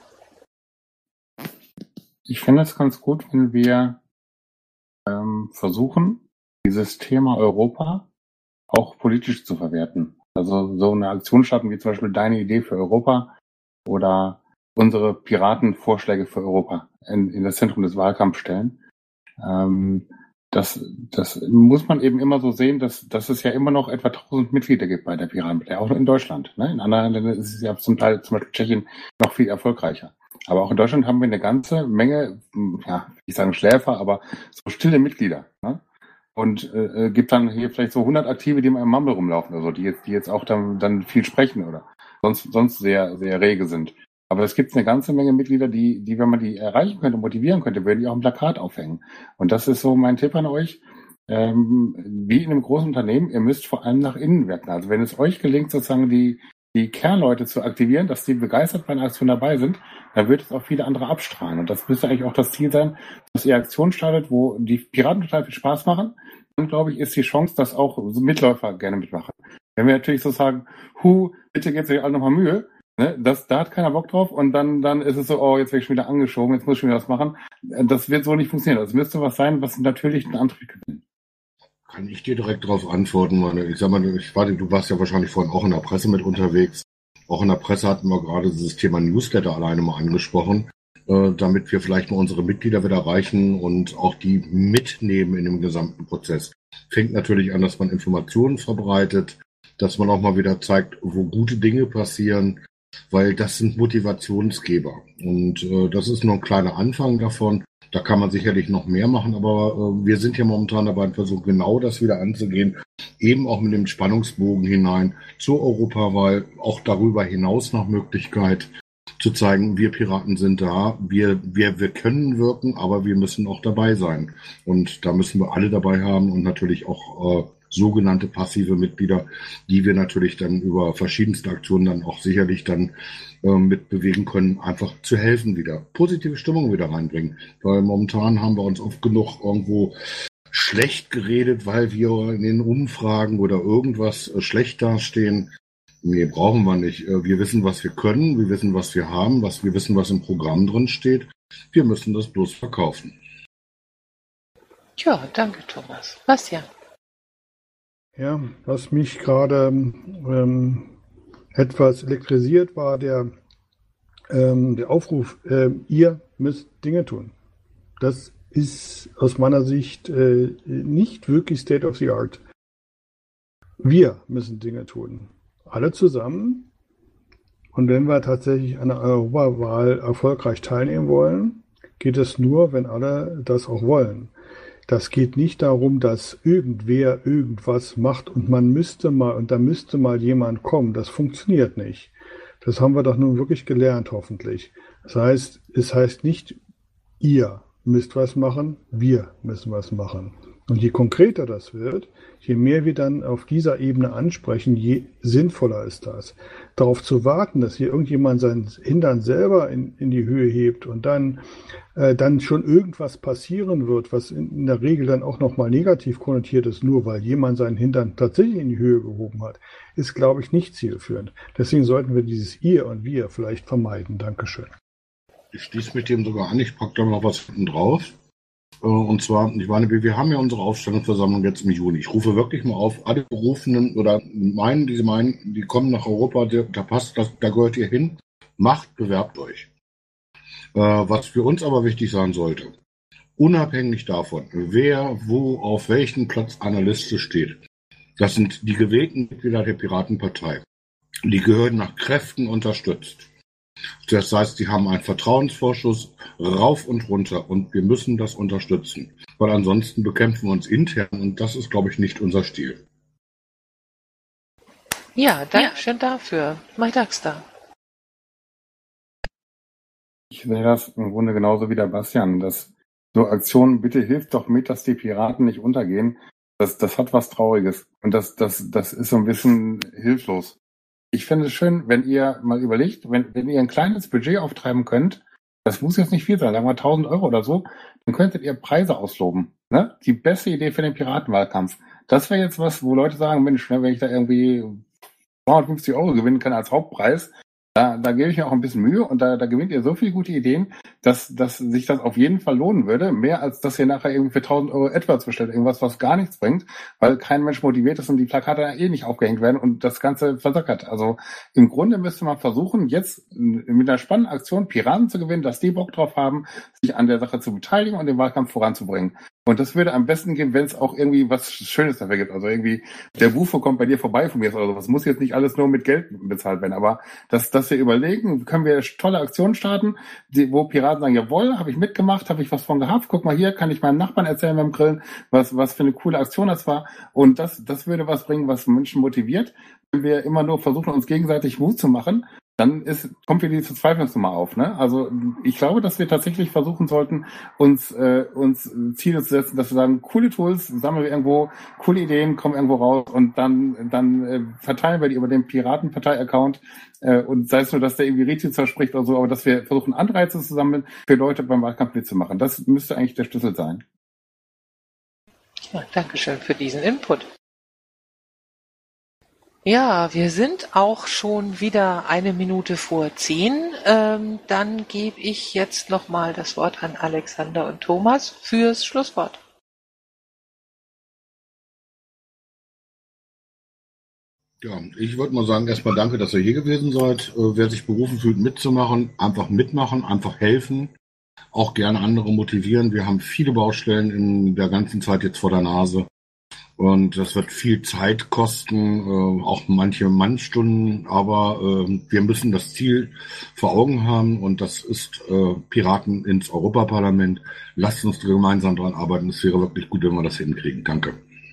Ich finde es ganz gut, wenn wir ähm, versuchen, dieses Thema Europa auch politisch zu verwerten. Also so eine Aktion starten wie zum Beispiel deine Idee für Europa oder unsere Piratenvorschläge für Europa in, in das Zentrum des Wahlkampfs stellen. Ähm, das, das muss man eben immer so sehen, dass, dass es ja immer noch etwa tausend Mitglieder gibt bei der Piratenpartei, auch in Deutschland. Ne? In anderen Ländern ist es ja zum Teil, zum Beispiel Tschechien, noch viel erfolgreicher. Aber auch in Deutschland haben wir eine ganze Menge, ja, ich sage Schläfer, aber so stille Mitglieder. Ne? Und äh, gibt dann hier vielleicht so hundert Aktive, die mal im Mumble rumlaufen, also die jetzt, die jetzt auch dann, dann viel sprechen oder sonst, sonst sehr, sehr rege sind. Aber es gibt eine ganze Menge Mitglieder, die, die, wenn man die erreichen könnte, motivieren könnte, würden die auch ein Plakat aufhängen. Und das ist so mein Tipp an euch. Ähm, wie in einem großen Unternehmen, ihr müsst vor allem nach innen wirken. Also wenn es euch gelingt, sozusagen die, die Kernleute zu aktivieren, dass die begeistert bei einer Aktion dabei sind, dann wird es auch viele andere abstrahlen. Und das müsste eigentlich auch das Ziel sein, dass ihr Aktionen startet, wo die Piraten total viel Spaß machen. Dann, glaube ich, ist die Chance, dass auch Mitläufer gerne mitmachen. Wenn wir natürlich so sagen, hu, bitte gebt euch alle nochmal Mühe, ne, das, da hat keiner Bock drauf und dann, dann ist es so, oh, jetzt werde ich schon wieder angeschoben, jetzt muss ich schon wieder was machen. Das wird so nicht funktionieren. Das müsste was sein, was natürlich einen Antrieb gewinnt. Kann ich dir direkt darauf antworten, meine, ich sag mal, ich warte, du warst ja wahrscheinlich vorhin auch in der Presse mit unterwegs. Auch in der Presse hatten wir gerade dieses Thema Newsletter alleine mal angesprochen. äh, damit wir vielleicht mal unsere Mitglieder wieder erreichen und auch die mitnehmen in dem gesamten Prozess. Fängt natürlich an, dass man Informationen verbreitet, dass man auch mal wieder zeigt, wo gute Dinge passieren, weil das sind Motivationsgeber. Und äh, das ist nur ein kleiner Anfang davon. Da kann man sicherlich noch mehr machen, aber äh, wir sind ja momentan dabei, ein Versuch, genau das wieder anzugehen, eben auch mit dem Spannungsbogen hinein zur Europawahl, auch darüber hinaus nach Möglichkeit zu zeigen, wir Piraten sind da, wir, wir, wir können wirken, aber wir müssen auch dabei sein. Und da müssen wir alle dabei haben und natürlich auch äh, sogenannte passive Mitglieder, die wir natürlich dann über verschiedenste Aktionen dann auch sicherlich dann äh, mit bewegen können, einfach zu helfen wieder, positive Stimmung wieder reinbringen. Weil momentan haben wir uns oft genug irgendwo schlecht geredet, weil wir in den Umfragen oder irgendwas äh, schlecht dastehen. Nee, brauchen wir nicht. Äh, wir wissen, was wir können, wir wissen, was wir haben, was wir wissen, was im Programm drin steht. Wir müssen das bloß verkaufen. Ja, danke, Thomas. Bastian. Ja, was mich gerade ähm, etwas elektrisiert, war der, ähm, der Aufruf, äh, ihr müsst Dinge tun. Das ist aus meiner Sicht äh, nicht wirklich State of the Art. Wir müssen Dinge tun. Alle zusammen. Und wenn wir tatsächlich an einer Europawahl erfolgreich teilnehmen wollen, geht es nur, wenn alle das auch wollen. Das geht nicht darum, dass irgendwer irgendwas macht und man müsste mal und da müsste mal jemand kommen. Das funktioniert nicht. Das haben wir doch nun wirklich gelernt, hoffentlich. Das heißt, es heißt nicht, ihr müsst was machen, wir müssen was machen. Und je konkreter das wird, je mehr wir dann auf dieser Ebene ansprechen, je sinnvoller ist das. Darauf zu warten, dass hier irgendjemand sein Hintern selber in, in die Höhe hebt und dann, äh, dann schon irgendwas passieren wird, was in, in der Regel dann auch nochmal negativ konnotiert ist, nur weil jemand seinen Hintern tatsächlich in die Höhe gehoben hat, ist, glaube ich, nicht zielführend. Deswegen sollten wir dieses Ihr und Wir vielleicht vermeiden. Dankeschön. Ich schließe mit dem sogar an, ich packe da noch was hinten drauf. Und zwar, ich meine, wir haben ja unsere Aufstellungsversammlung jetzt im Juni. Ich rufe wirklich mal auf, alle Berufenen oder meinen, die meinen, die kommen nach Europa, da passt das, da gehört ihr hin. Macht, bewerbt euch. Was für uns aber wichtig sein sollte, unabhängig davon, wer wo auf welchen Platz an der Liste steht, das sind die gewählten Mitglieder der Piratenpartei. Die gehören nach Kräften unterstützt. Das heißt, die haben einen Vertrauensvorschuss rauf und runter und wir müssen das unterstützen, weil ansonsten bekämpfen wir uns intern und das ist, glaube ich, nicht unser Stil. Ja, danke schön dafür. Mike Daxter. Ich sehe das im Grunde genauso wie der Bastian, dass so Aktionen, bitte hilft doch mit, dass die Piraten nicht untergehen, das, das hat was Trauriges und das, das, das ist so ein bisschen hilflos. Ich finde es schön, wenn ihr mal überlegt, wenn, wenn ihr ein kleines Budget auftreiben könnt, das muss jetzt nicht viel sein, sagen wir tausend Euro oder so, dann könntet ihr Preise ausloben. Ne? Die beste Idee für den Piratenwahlkampf. Das wäre jetzt was, wo Leute sagen, Mensch, ne, wenn ich da irgendwie zweihundertfünfzig Euro gewinnen kann als Hauptpreis, da, da gebe ich mir auch ein bisschen Mühe und da, da gewinnt ihr so viele gute Ideen, dass, dass sich das auf jeden Fall lohnen würde, mehr als dass ihr nachher irgendwie für tausend Euro AdWords bestellt, irgendwas, was gar nichts bringt, weil kein Mensch motiviert ist und die Plakate eh nicht aufgehängt werden und das Ganze versackert. Also im Grunde müsste man versuchen, jetzt mit einer spannenden Aktion Piraten zu gewinnen, dass die Bock drauf haben, sich an der Sache zu beteiligen und den Wahlkampf voranzubringen. Und das würde am besten gehen, wenn es auch irgendwie was Schönes dafür gibt. Also irgendwie, der Bufo kommt bei dir vorbei von mir oder sowas. Muss jetzt nicht alles nur mit Geld bezahlt werden. Aber dass, dass wir überlegen, können wir tolle Aktionen starten, die, wo Piraten sagen, jawohl, habe ich mitgemacht, habe ich was von gehabt. Guck mal hier, kann ich meinem Nachbarn erzählen beim Grillen, was, was für eine coole Aktion das war. Und das, das würde was bringen, was Menschen motiviert. Wenn wir immer nur versuchen, uns gegenseitig Mut zu machen, dann ist, kommt wieder die Verzweiflungsnummer auf. Ne? Also ich glaube, dass wir tatsächlich versuchen sollten, uns äh, uns Ziele zu setzen, dass wir sagen, coole Tools, sammeln wir irgendwo, coole Ideen, kommen irgendwo raus und dann dann äh, verteilen wir die über den Piratenpartei-Account äh, und sei es nur, dass der irgendwie Rätsel verspricht oder so, aber dass wir versuchen, Anreize zu sammeln, für Leute beim Wahlkampf mitzumachen. Das müsste eigentlich der Schlüssel sein. Ja, danke schön für diesen Input. Ja, wir sind auch schon wieder eine Minute vor zehn. Ähm, dann gebe ich jetzt nochmal das Wort an Alexander und Thomas fürs Schlusswort. Ja, ich würde mal sagen, erstmal danke, dass ihr hier gewesen seid. Äh, wer sich berufen fühlt, mitzumachen, einfach mitmachen, einfach helfen. auch gerne andere motivieren. Wir haben viele Baustellen in der ganzen Zeit jetzt vor der Nase. Und das wird viel Zeit kosten, äh, auch manche Mannstunden, aber äh, wir müssen das Ziel vor Augen haben und das ist äh, Piraten ins Europaparlament. Lasst uns gemeinsam daran arbeiten. Es wäre wirklich gut, wenn wir das hinkriegen. Danke.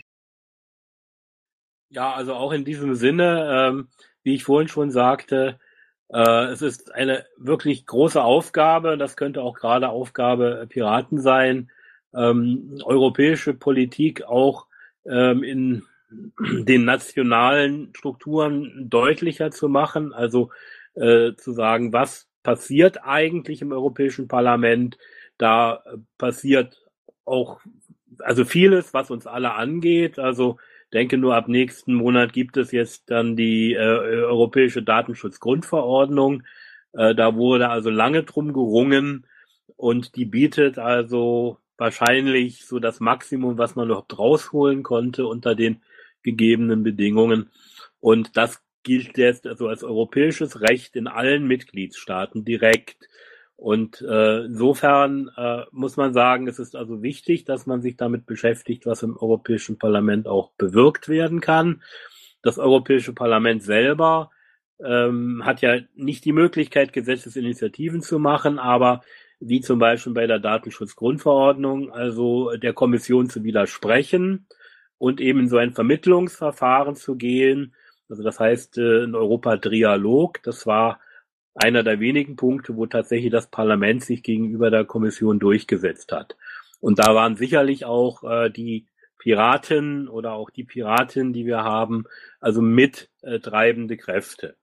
Ja, also auch in diesem Sinne, ähm, wie ich vorhin schon sagte, äh, es ist eine wirklich große Aufgabe. Das könnte auch gerade Aufgabe Piraten sein, ähm, europäische Politik auch in den nationalen Strukturen deutlicher zu machen, also äh, zu sagen, was passiert eigentlich im Europäischen Parlament. Da passiert auch also vieles, was uns alle angeht. Also denke nur, ab nächsten Monat gibt es jetzt dann die äh, Europäische Datenschutzgrundverordnung. Äh, da wurde also lange drum gerungen und die bietet also wahrscheinlich so das Maximum, was man überhaupt rausholen konnte unter den gegebenen Bedingungen. Und das gilt jetzt also als europäisches Recht in allen Mitgliedstaaten direkt. Und äh, insofern äh, muss man sagen, es ist also wichtig, dass man sich damit beschäftigt, was im Europäischen Parlament auch bewirkt werden kann. Das Europäische Parlament selber ähm, hat ja nicht die Möglichkeit, Gesetzesinitiativen zu machen, aber wie zum Beispiel bei der Datenschutzgrundverordnung, also der Kommission zu widersprechen und eben in so ein Vermittlungsverfahren zu gehen. Also das heißt, ein Europa-Trialog, das war einer der wenigen Punkte, wo tatsächlich das Parlament sich gegenüber der Kommission durchgesetzt hat. Und da waren sicherlich auch äh, die Piraten oder auch die Piratin, die wir haben, also mit äh, treibende Kräfte.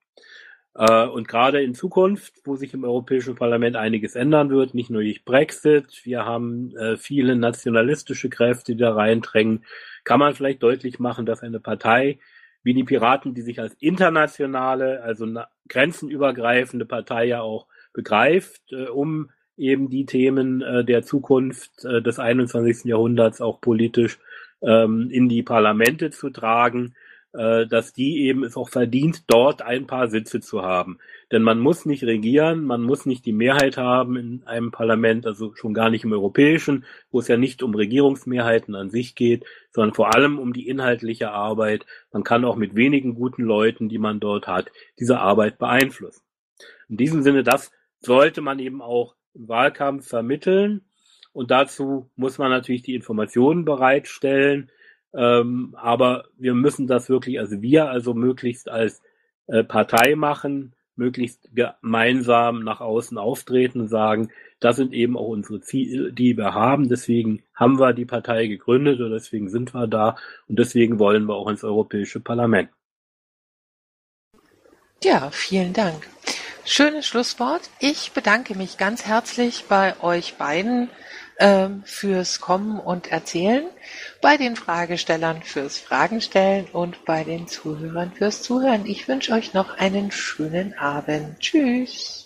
Und gerade in Zukunft, wo sich im Europäischen Parlament einiges ändern wird, nicht nur durch Brexit, wir haben äh, viele nationalistische Kräfte, die da reindrängen, kann man vielleicht deutlich machen, dass eine Partei wie die Piraten, die sich als internationale, also grenzenübergreifende Partei ja auch begreift, äh, um eben die Themen äh, der Zukunft äh, des einundzwanzigsten Jahrhunderts auch politisch ähm, in die Parlamente zu tragen, dass die eben es auch verdient, dort ein paar Sitze zu haben. Denn man muss nicht regieren, man muss nicht die Mehrheit haben in einem Parlament, also schon gar nicht im europäischen, wo es ja nicht um Regierungsmehrheiten an sich geht, sondern vor allem um die inhaltliche Arbeit. Man kann auch mit wenigen guten Leuten, die man dort hat, diese Arbeit beeinflussen. In diesem Sinne, das sollte man eben auch im Wahlkampf vermitteln. Und dazu muss man natürlich die Informationen bereitstellen. Ähm, aber wir müssen das wirklich, also wir also möglichst als äh, Partei machen, möglichst gemeinsam nach außen auftreten und sagen, das sind eben auch unsere Ziele, die wir haben. Deswegen haben wir die Partei gegründet und deswegen sind wir da und deswegen wollen wir auch ins Europäische Parlament. Ja, vielen Dank. Schönes Schlusswort. Ich bedanke mich ganz herzlich bei euch beiden ähm, fürs Kommen und Erzählen, bei den Fragestellern fürs Fragenstellen und bei den Zuhörern fürs Zuhören. Ich wünsche euch noch einen schönen Abend. Tschüss.